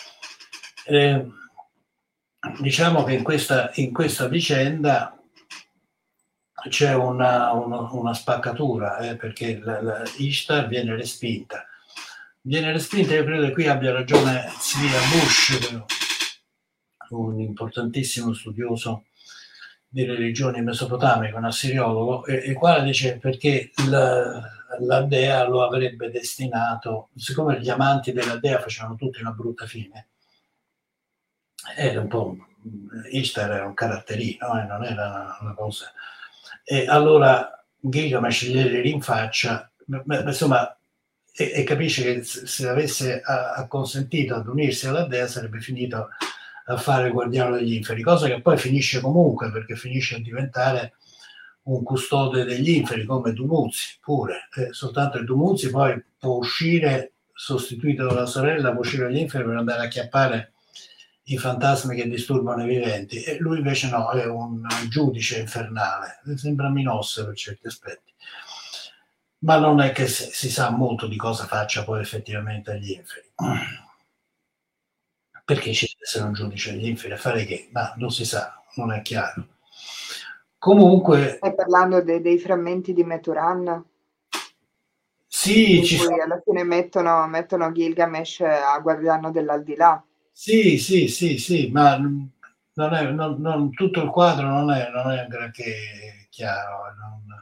diciamo che in questa vicenda c'è una spaccatura, perché Ishtar viene respinta. Io credo che qui abbia ragione Zia Bush, un importantissimo studioso di religioni mesopotamiche, un assiriologo, e qua dice perché la dea lo avrebbe destinato, siccome gli amanti della dea facevano tutti una brutta fine, era un po' Ishtar era un caratterino, non era una cosa. E allora Gilgamesh glieli rinfaccia, insomma, e capisce che se avesse acconsentito ad unirsi alla dea sarebbe finito a fare il guardiano degli inferi, cosa che poi finisce comunque, perché finisce a diventare un custode degli inferi come Dumuzi pure, soltanto il Dumuzi poi può uscire sostituito dalla sorella, può uscire dagli inferi per andare a acchiappare i fantasmi che disturbano i viventi, e lui invece no, è un giudice infernale, sembra Minosse per certi aspetti, ma non è che si sa molto di cosa faccia poi effettivamente agli inferi, perché ci deve essere un giudice agli inferi a fare che? Ma non si sa, non è chiaro. Comunque stai parlando dei frammenti di Meturan? Sì, in ci cui sono. alla fine mettono Gilgamesh a guardiano dell'aldilà. Sì, sì, sì, sì, ma tutto il quadro non è granché chiaro.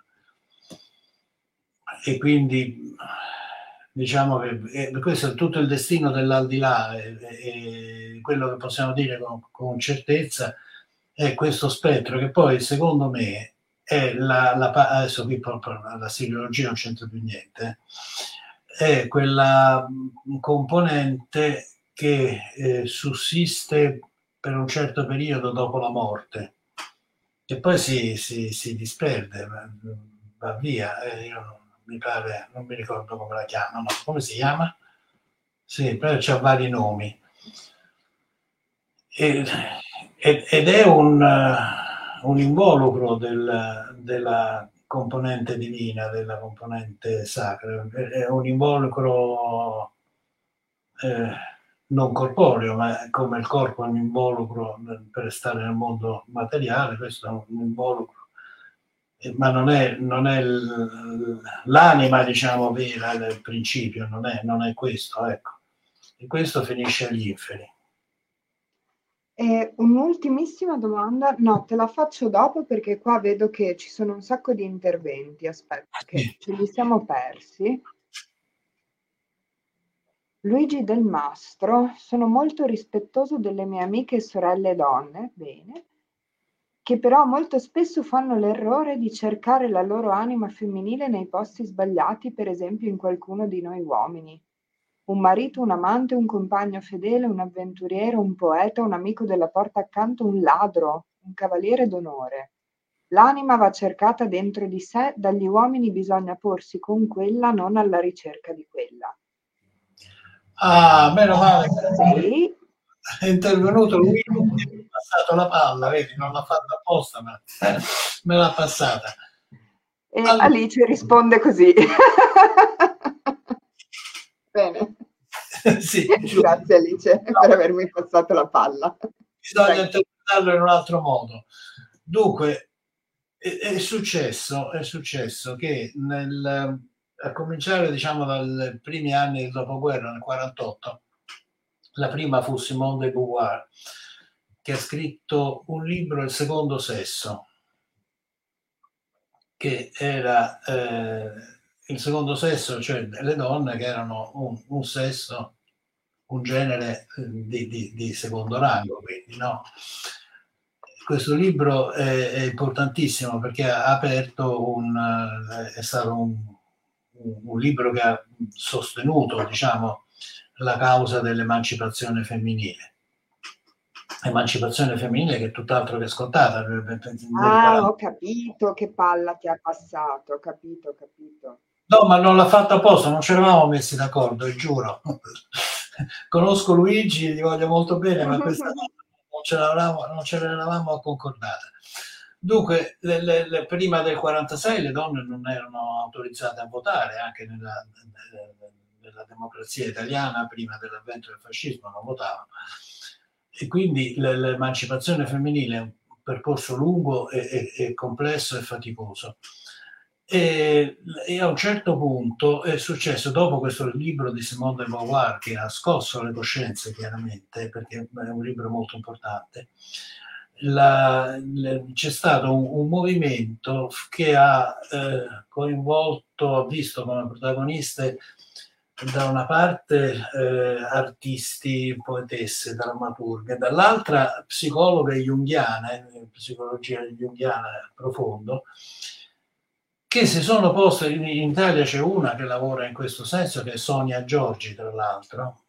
E quindi diciamo che questo è tutto il destino dell'aldilà, e quello che possiamo dire con certezza è questo spettro che poi secondo me è adesso qui proprio la silogia non c'entra più niente, è quella componente che sussiste per un certo periodo dopo la morte, che poi si disperde, va via. Io mi pare, non mi ricordo come la chiamano, come si chiama? Sì, però c'ha vari nomi. E- ed è un involucro della componente divina, della componente sacra, è un involucro eh, non corporeo, ma come il corpo è un involucro per stare nel mondo materiale, questo è un involucro, ma non è l'anima, diciamo, vera del principio, non è questo, ecco. E questo finisce agli inferi. E un'ultimissima domanda, no, te la faccio dopo perché qua vedo che ci sono un sacco di interventi, aspetta, che Sì. ce li siamo persi. Luigi Del Mastro, sono molto rispettoso delle mie amiche e sorelle donne, bene, che però molto spesso fanno l'errore di cercare la loro anima femminile nei posti sbagliati, per esempio in qualcuno di noi uomini. Un marito, un amante, un compagno fedele, un avventuriero, un poeta, un amico della porta accanto, un ladro, un cavaliere d'onore. L'anima va cercata dentro di sé, dagli uomini bisogna porsi con quella, non alla ricerca di quella. Ah, meno male Sì. che è intervenuto Luigi e mi ha passato la palla, vedi, non l'ha fatta apposta, ma me l'ha passata. E Allora, Alice risponde così. Bene. sì, giusto. Grazie Alice per avermi passato la palla. Bisogna Prego. interpretarlo in un altro modo. Dunque, è successo che a cominciare diciamo dai primi anni del dopoguerra, nel 48, la prima fu Simone de Beauvoir, che ha scritto un libro, Il secondo sesso, che era il secondo sesso, cioè le donne che erano un sesso, un genere di secondo rango, quindi, no? Questo libro è importantissimo perché ha aperto è stato un libro che ha sostenuto, diciamo, la causa dell'emancipazione femminile. Emancipazione femminile che è tutt'altro che scontata nel Ah, 40. ho capito che palla ti ha passato, ho capito, ho capito. No, ma non l'ha fatto apposta, non ci eravamo messi d'accordo, giuro. Conosco Luigi, gli voglio molto bene, ma questa cosa non ce l'eravamo concordata. Dunque, prima del 46 le donne non erano autorizzate a votare, anche nella democrazia italiana, prima dell'avvento del fascismo, non votavano. E quindi l'emancipazione femminile è un percorso lungo e complesso e faticoso. E a un certo punto è successo, dopo questo libro di Simone de Beauvoir, che ha scosso le coscienze chiaramente, perché è un libro molto importante, c'è stato un movimento che ha coinvolto, ha visto come protagoniste da una parte artisti, poetesse, drammaturghe, dall'altra psicologhe junghiane, psicologia junghiana profondo, che si sono poste, in Italia c'è una che lavora in questo senso, che è Sonia Giorgi, tra l'altro,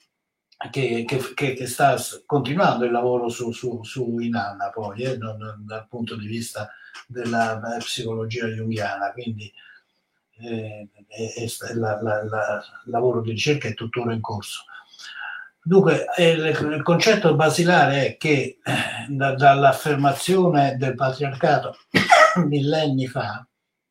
che sta continuando il lavoro su Inanna poi, dal punto di vista della psicologia junghiana, quindi il lavoro di ricerca è tuttora in corso. Dunque, il concetto basilare è che dall'affermazione del patriarcato millenni fa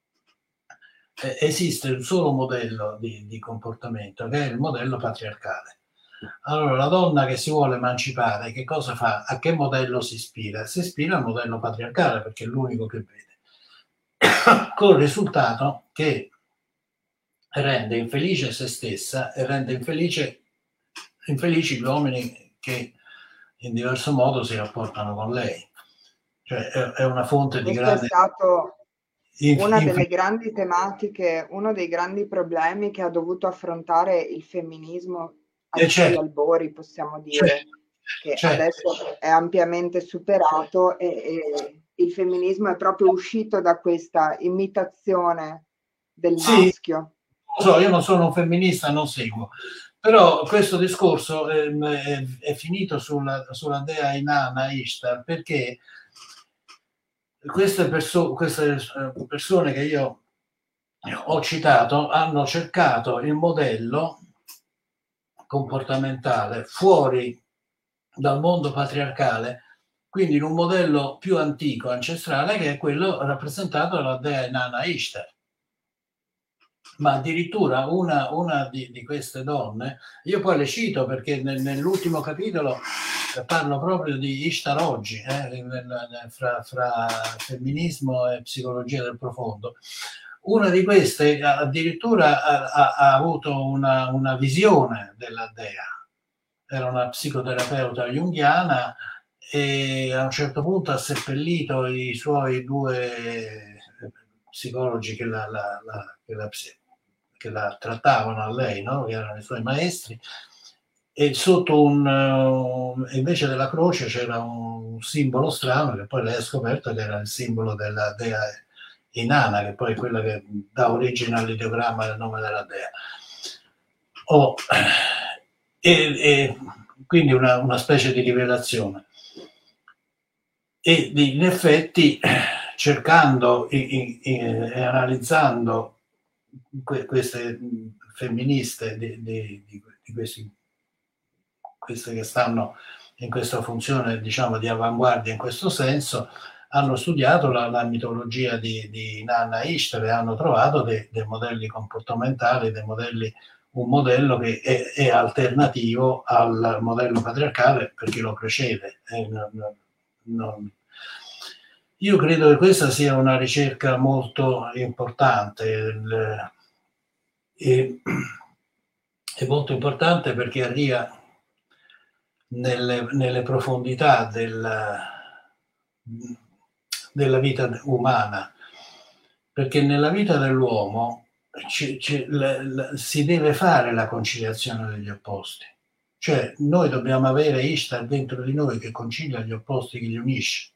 esiste un solo modello di comportamento, che è il modello patriarcale. Allora, la donna che si vuole emancipare, che cosa fa? A che modello si ispira? Si ispira al modello patriarcale perché è l'unico che vede. Con il risultato che rende infelice se stessa e rende infelici gli uomini che in diverso modo si rapportano con lei. Cioè è una fonte di Questo è grande stato una delle infelicità. grandi tematiche, uno dei grandi problemi che ha dovuto affrontare il femminismo ai suoi Certo, albori, possiamo dire, certo, che certo. adesso è ampiamente superato e il femminismo è proprio uscito da questa imitazione del Sì, maschio. lo so, io non sono un femminista, non seguo, però questo discorso è finito sulla dea Inanna Ishtar perché queste persone che io ho citato hanno cercato il modello comportamentale fuori dal mondo patriarcale, quindi in un modello più antico, ancestrale, che è quello rappresentato dalla dea Inanna Ishtar. Ma addirittura una di queste donne, io poi le cito perché nell'ultimo capitolo parlo proprio di Ishtar oggi, fra femminismo e psicologia del profondo. Una di queste addirittura ha avuto una visione della dea, era una psicoterapeuta junghiana e a un certo punto ha seppellito i suoi due psicologi che la trattavano a lei, no? Che erano i suoi maestri, e sotto invece della croce c'era un simbolo strano che poi lei ha scoperto che era il simbolo della dea Inanna, che poi è quella che dà origine all'ideogramma del nome della dea. Oh, e quindi una specie di rivelazione. E in effetti, cercando e analizzando queste femministe di queste che stanno in questa funzione, diciamo, di avanguardia in questo senso, hanno studiato la mitologia di Nanna Ishtar e hanno trovato dei modelli comportamentali, un modello che è alternativo al modello patriarcale per chi lo precede. Non. Io credo che questa sia una ricerca molto importante e è molto importante perché arriva nelle profondità della vita umana, perché nella vita dell'uomo si deve fare la conciliazione degli opposti. Cioè noi dobbiamo avere Ishtar dentro di noi che concilia gli opposti, che li unisce.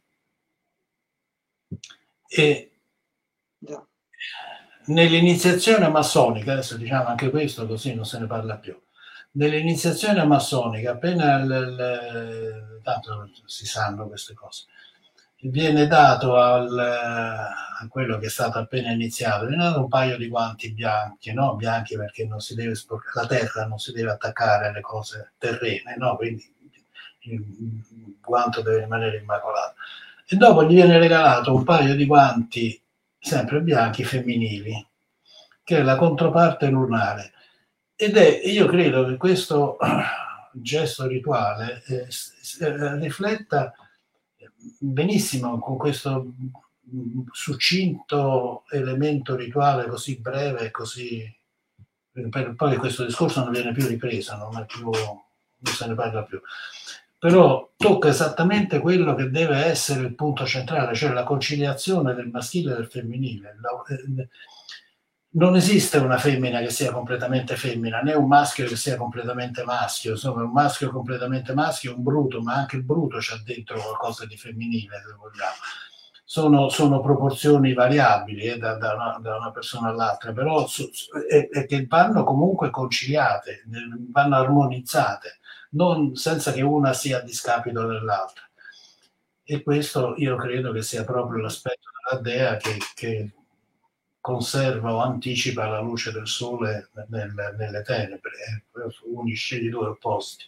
E Già. nell'iniziazione massonica, adesso diciamo anche questo così non se ne parla più, nell'iniziazione massonica appena tanto si sanno queste cose, viene dato a quello che è stato appena iniziato, viene dato un paio di guanti bianchi, no? Bianchi perché non si deve la terra non si deve attaccare alle cose terrene, no? Quindi il guanto deve rimanere immacolato. E dopo gli viene regalato un paio di guanti sempre bianchi femminili, che è la controparte lunare. Io credo che questo gesto rituale rifletta benissimo con questo succinto elemento rituale così breve e così. Poi questo discorso non viene più ripreso, non se ne parla più. Però tocca esattamente quello che deve essere il punto centrale, cioè la conciliazione del maschile e del femminile. Non esiste una femmina che sia completamente femmina, né un maschio che sia completamente maschio. Insomma, un maschio completamente maschio è un bruto, ma anche il bruto c'ha dentro qualcosa di femminile, se vogliamo. Sono proporzioni variabili da una persona all'altra, però che vanno comunque conciliate, vanno armonizzate, non senza che una sia a discapito dell'altra. E questo io credo che sia proprio l'aspetto della dea che conserva o anticipa la luce del sole nelle tenebre, unisce i due opposti.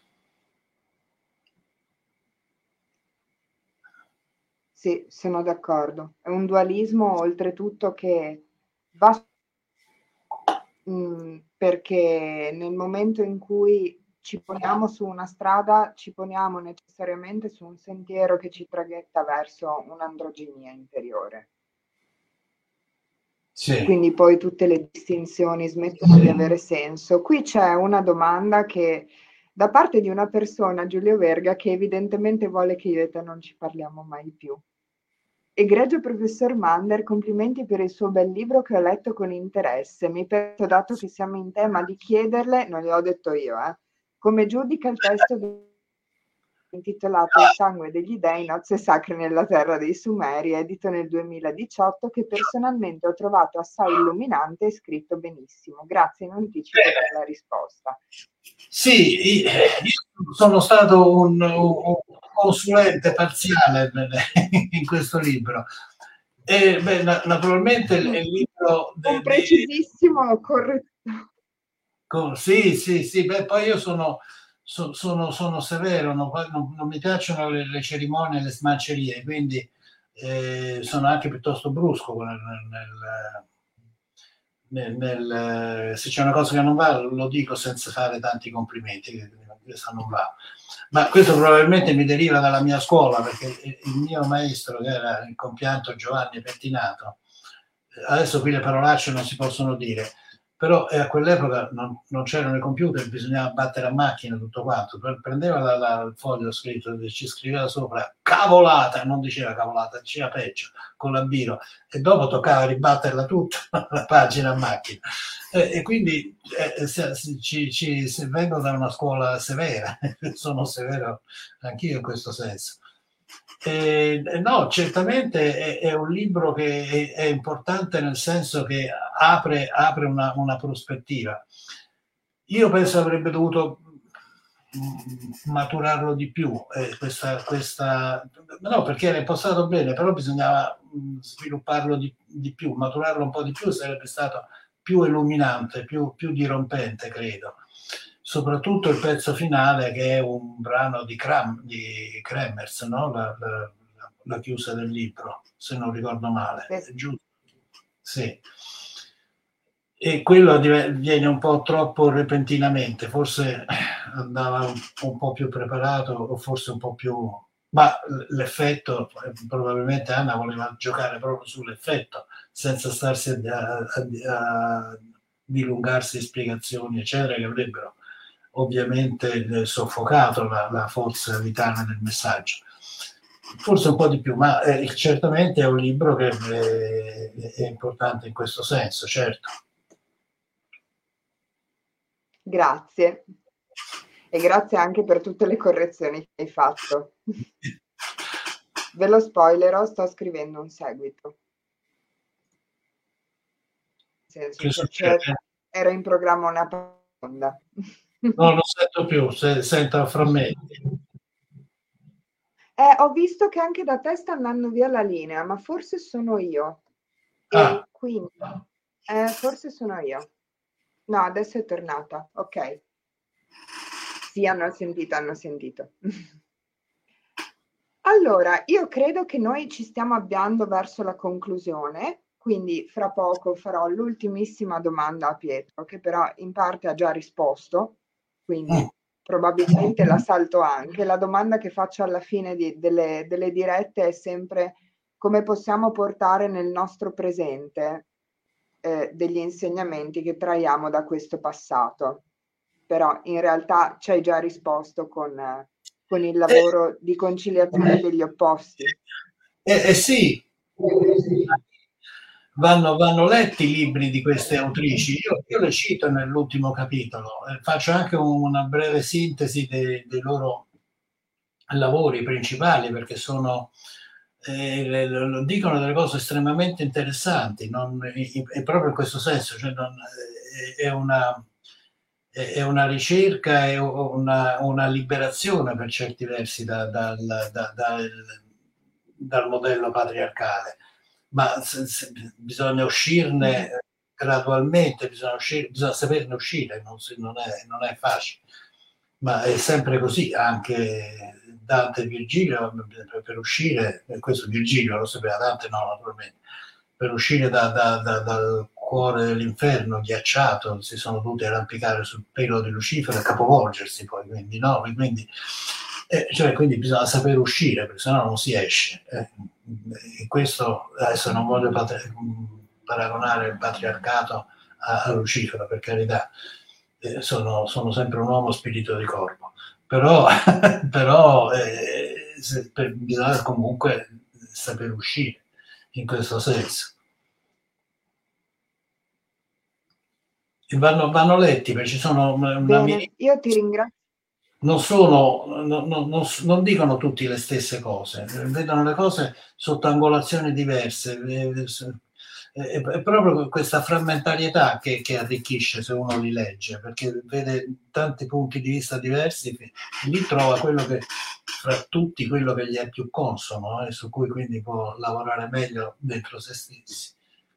Sì, sono d'accordo. È un dualismo oltretutto che va perché nel momento in cui ci poniamo su una strada, ci poniamo necessariamente su un sentiero che ci traghetta verso un'androginia interiore. Sì. quindi poi tutte le distinzioni smettono di avere senso. Qui c'è una domanda che da parte di una persona, Giulio Verga, che evidentemente vuole che io e te non ci parliamo mai più. Egregio professor Mander, complimenti per il suo bel libro che ho letto con interesse. Mi permetto, dato che siamo in tema, di chiederle, non gliel'ho detto io, come giudica il testo intitolato Il sangue degli dei, nozze sacre nella terra dei Sumeri, edito nel 2018, che personalmente ho trovato assai illuminante e scritto benissimo. Grazie in anticipo per la risposta. Sì, io sono stato un consulente parziale in questo libro. E, beh, naturalmente il libro Un precisissimo corretto. sì, sì, sì, beh, poi io sono severo, non mi piacciono le cerimonie, le smancerie, quindi sono anche piuttosto brusco se c'è una cosa che non va lo dico senza fare tanti complimenti, che questa non va. Ma questo probabilmente mi deriva dalla mia scuola, perché il mio maestro, che era il compianto Giovanni Pettinato, adesso qui le parolacce non si possono dire, però a quell'epoca non c'erano i computer, bisognava battere a macchina tutto quanto. Prendeva il foglio scritto, ci scriveva sopra cavolata, non diceva cavolata, diceva peggio con la biro, e dopo toccava ribatterla tutta la pagina a macchina. E quindi se vengo da una scuola severa, sono severo anch'io in questo senso. No, certamente è un libro che è importante, nel senso che apre una prospettiva. Io penso avrebbe dovuto maturarlo di più, no, perché era impostato bene, però bisognava svilupparlo di più, maturarlo un po' di più, sarebbe stato più illuminante, più dirompente, credo. Soprattutto il pezzo finale, che è un brano di Kremers, no? La chiusa del libro, se non ricordo male, è giusto? Sì. E quello viene un po' troppo repentinamente, forse andava un po' più preparato, o forse un po' più... Ma l'effetto, probabilmente Anna voleva giocare proprio sull'effetto, senza starsi a dilungarsi in spiegazioni, eccetera, che avrebbero ovviamente soffocato la forza vitale del messaggio. Forse un po' di più, ma certamente è un libro che è importante in questo senso, certo. Grazie. E grazie anche per tutte le correzioni che hai fatto. Ve lo spoilerò, sto scrivendo un seguito. Nel senso che era in programma una seconda. No, non sento più, sento frammenti. Ho visto che anche da te sta andando via la linea, ma forse sono io. Ah. E quindi, forse sono io. No, adesso è tornata. Ok. Sì, hanno sentito. Allora, io credo che noi ci stiamo avviando verso la conclusione, quindi fra poco farò l'ultimissima domanda a Pietro, che però in parte ha già risposto, quindi probabilmente la salto anche. La domanda che faccio alla fine delle dirette è sempre come possiamo portare nel nostro presente degli insegnamenti che traiamo da questo passato. Però in realtà ci hai già risposto con il lavoro di conciliazione degli opposti. Sì, vanno letti i libri di queste autrici. Io le cito nell'ultimo capitolo, faccio anche una breve sintesi dei loro lavori principali, perché dicono delle cose estremamente interessanti, è proprio in questo senso, cioè è una ricerca, è una liberazione per certi versi dal modello patriarcale, ma bisogna uscirne gradualmente, bisogna saperne uscire, non è facile, ma è sempre così. Anche Dante e Virgilio, per uscire, questo Virgilio lo sapeva, Dante no, naturalmente, per uscire dal cuore dell'inferno ghiacciato si sono dovuti arrampicare sul pelo di Lucifero e capovolgersi poi, quindi no, quindi bisogna saper uscire, perché sennò non si esce. E questo adesso non voglio paragonare il patriarcato a Lucifero, per carità. Sono sempre un uomo spirito di corpo, però, bisogna comunque saper uscire in questo senso. E vanno letti, perché ci sono Bene, io ti ringrazio. non dicono tutti le stesse cose, vedono le cose sotto angolazioni diverse. È proprio questa frammentarietà che arricchisce se uno li legge, perché vede tanti punti di vista diversi e lì trova quello che fra tutti quello che gli è più consono e su cui quindi può lavorare meglio dentro se stessi.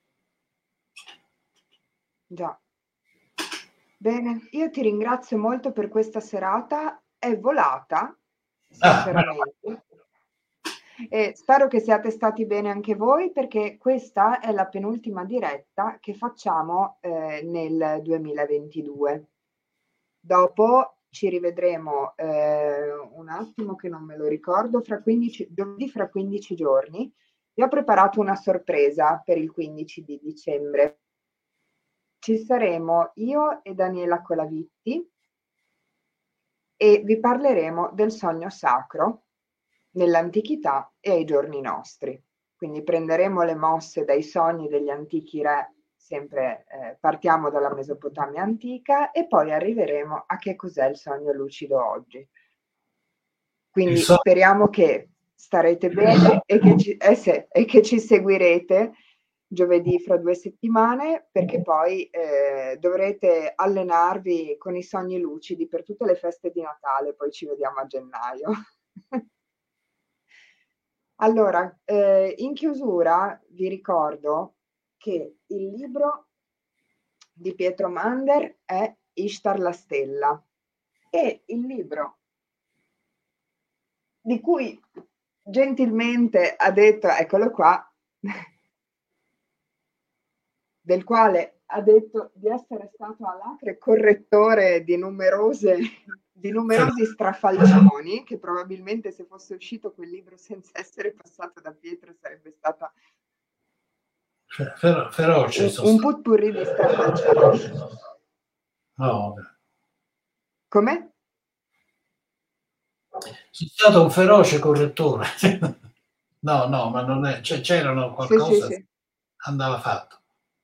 Già. Bene, io ti ringrazio molto per questa serata, è volata, sinceramente. E spero che siate stati bene anche voi, perché questa è la penultima diretta che facciamo nel 2022. Dopo ci rivedremo un attimo che non me lo ricordo, giovedì fra 15 giorni. Vi ho preparato una sorpresa per il 15 di dicembre. Ci saremo io e Daniela Colavitti e vi parleremo del sogno sacro nell'antichità e ai giorni nostri. Quindi prenderemo le mosse dai sogni degli antichi re, sempre partiamo dalla Mesopotamia antica e poi arriveremo a che cos'è il sogno lucido oggi. Quindi speriamo che starete bene e che ci seguirete giovedì fra 2 settimane, perché poi dovrete allenarvi con i sogni lucidi per tutte le feste di Natale, poi ci vediamo a gennaio. Allora, in chiusura vi ricordo che il libro di Pietro Mander è Ishtar la stella e il libro di cui gentilmente ha detto, eccolo qua, del quale ha detto di essere stato alacre correttore di numerosi strafalcioni, che probabilmente se fosse uscito quel libro senza essere passato da Pietro sarebbe stata feroce. un potpourri di strafalcioni. No. Come? Sono stato un feroce correttore. No, ma non è, cioè, c'erano qualcosa, Sì. andava fatto.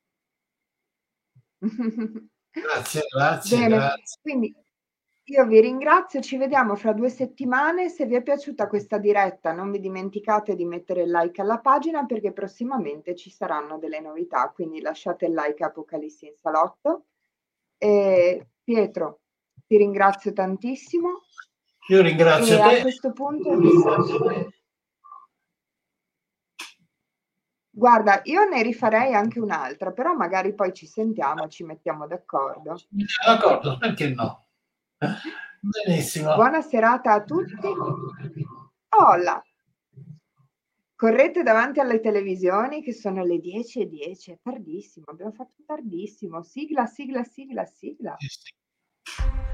Grazie. Bene, Grazie. quindi io vi ringrazio, ci vediamo fra 2 settimane. Se vi è piaciuta questa diretta non vi dimenticate di mettere il like alla pagina, perché prossimamente ci saranno delle novità, quindi lasciate il like a Apocalissi in Salotto. Pietro, ti ringrazio tantissimo. Io ringrazio e te. A questo punto guarda, io ne rifarei anche un'altra, però magari poi ci sentiamo, ci mettiamo d'accordo. D'accordo, perché no? Benissimo. Buona serata a tutti. Hola. Correte davanti alle televisioni che sono le 10:10, è tardissimo, abbiamo fatto tardissimo. Sigla. Sì.